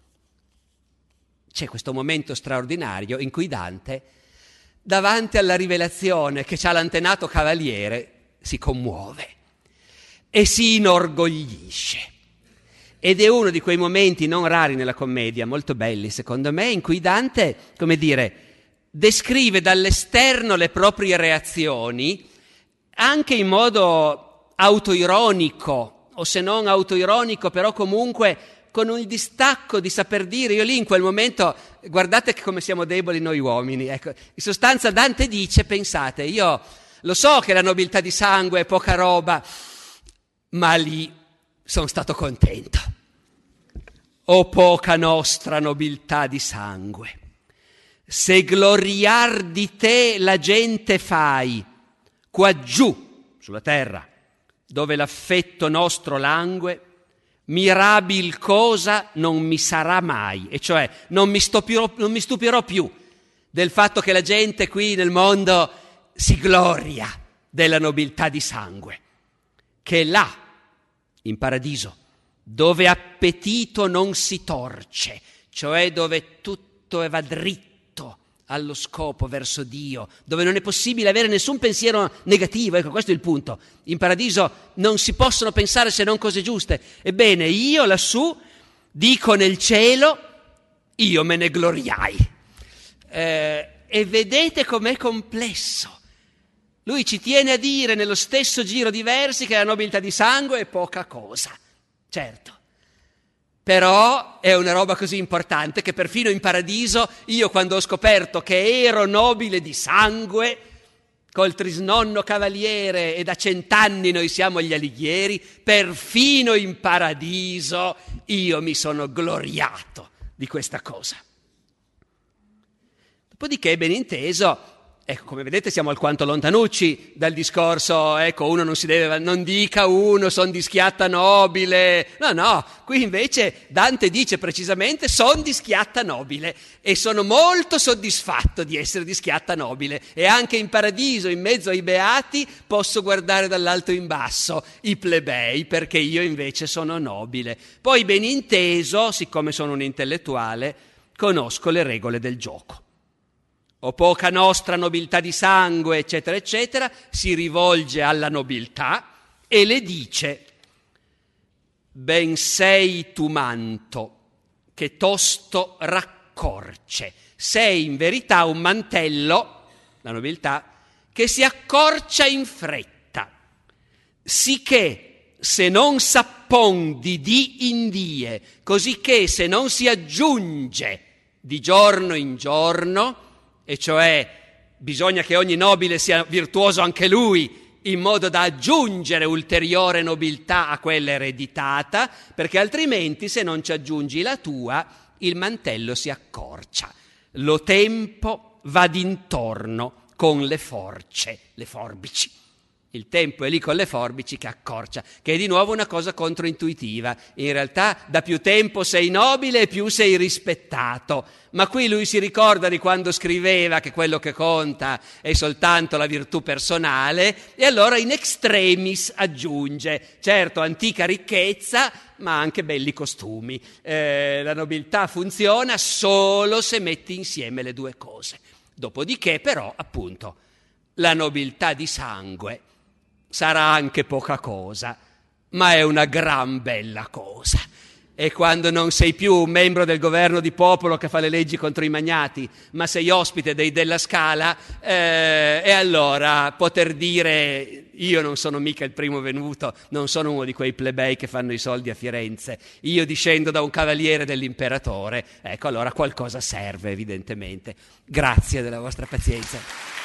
c'è questo momento straordinario in cui Dante, davanti alla rivelazione che c'ha l'antenato cavaliere, si commuove e si inorgoglisce. Ed è uno di quei momenti non rari nella commedia, molto belli secondo me, in cui Dante, come dire, descrive dall'esterno le proprie reazioni anche in modo autoironico, o se non autoironico, però comunque con il distacco di saper dire, io lì in quel momento, guardate come siamo deboli noi uomini, ecco. In sostanza Dante dice, pensate, io lo so che la nobiltà di sangue è poca roba, ma lì sono stato contento. O poca nostra nobiltà di sangue, se gloriar di te la gente fai, qua giù, sulla terra, dove l'affetto nostro langue, Mirabil cosa non mi sarà mai, e cioè non mi stupirò più del fatto che la gente qui nel mondo si gloria della nobiltà di sangue, che là, in paradiso, dove appetito non si torce, cioè dove tutto va dritto allo scopo, verso Dio, dove non è possibile avere nessun pensiero negativo, ecco, questo è il punto. In paradiso non si possono pensare se non cose giuste. Ebbene, io lassù dico nel cielo, io me ne gloriai. E vedete com'è complesso. Lui ci tiene a dire nello stesso giro di versi che la nobiltà di sangue è poca cosa, certo. Però è una roba così importante che perfino in paradiso io, quando ho scoperto che ero nobile di sangue, col trisnonno cavaliere e da 100 anni noi siamo gli alighieri, perfino in paradiso io mi sono gloriato di questa cosa. Dopodiché, ben inteso, ecco, come vedete siamo alquanto lontanucci dal discorso, ecco, uno non si deve, non dica uno son di schiatta nobile, no, qui invece Dante dice precisamente son di schiatta nobile e sono molto soddisfatto di essere di schiatta nobile e anche in paradiso, in mezzo ai beati, posso guardare dall'alto in basso i plebei perché io invece sono nobile. Poi ben inteso, siccome sono un intellettuale, conosco le regole del gioco. O poca nostra nobiltà di sangue, eccetera, eccetera, si rivolge alla nobiltà e le dice: ben sei tu manto, che tosto raccorce. Sei in verità un mantello, la nobiltà, che si accorcia in fretta, sicché se non s'appon di dì in die, cosicché se non si aggiunge di giorno in giorno, e cioè bisogna che ogni nobile sia virtuoso anche lui, in modo da aggiungere ulteriore nobiltà a quella ereditata, perché altrimenti se non ci aggiungi la tua, il mantello si accorcia. Lo tempo va d'intorno con le forze, le forbici. Il tempo è lì con le forbici che accorcia, che è di nuovo una cosa controintuitiva. In realtà da più tempo sei nobile e più sei rispettato. Ma qui lui si ricorda di quando scriveva che quello che conta è soltanto la virtù personale e allora in extremis aggiunge, certo, antica ricchezza, ma anche belli costumi. La nobiltà funziona solo se metti insieme le due cose. Dopodiché però, appunto, la nobiltà di sangue sarà anche poca cosa, ma è una gran bella cosa. E quando non sei più un membro del governo di popolo che fa le leggi contro i magnati, ma sei ospite dei Della Scala, e allora poter dire: io non sono mica il primo venuto, non sono uno di quei plebei che fanno i soldi a Firenze, io discendo da un cavaliere dell'imperatore, ecco, allora qualcosa serve evidentemente. Grazie della vostra pazienza.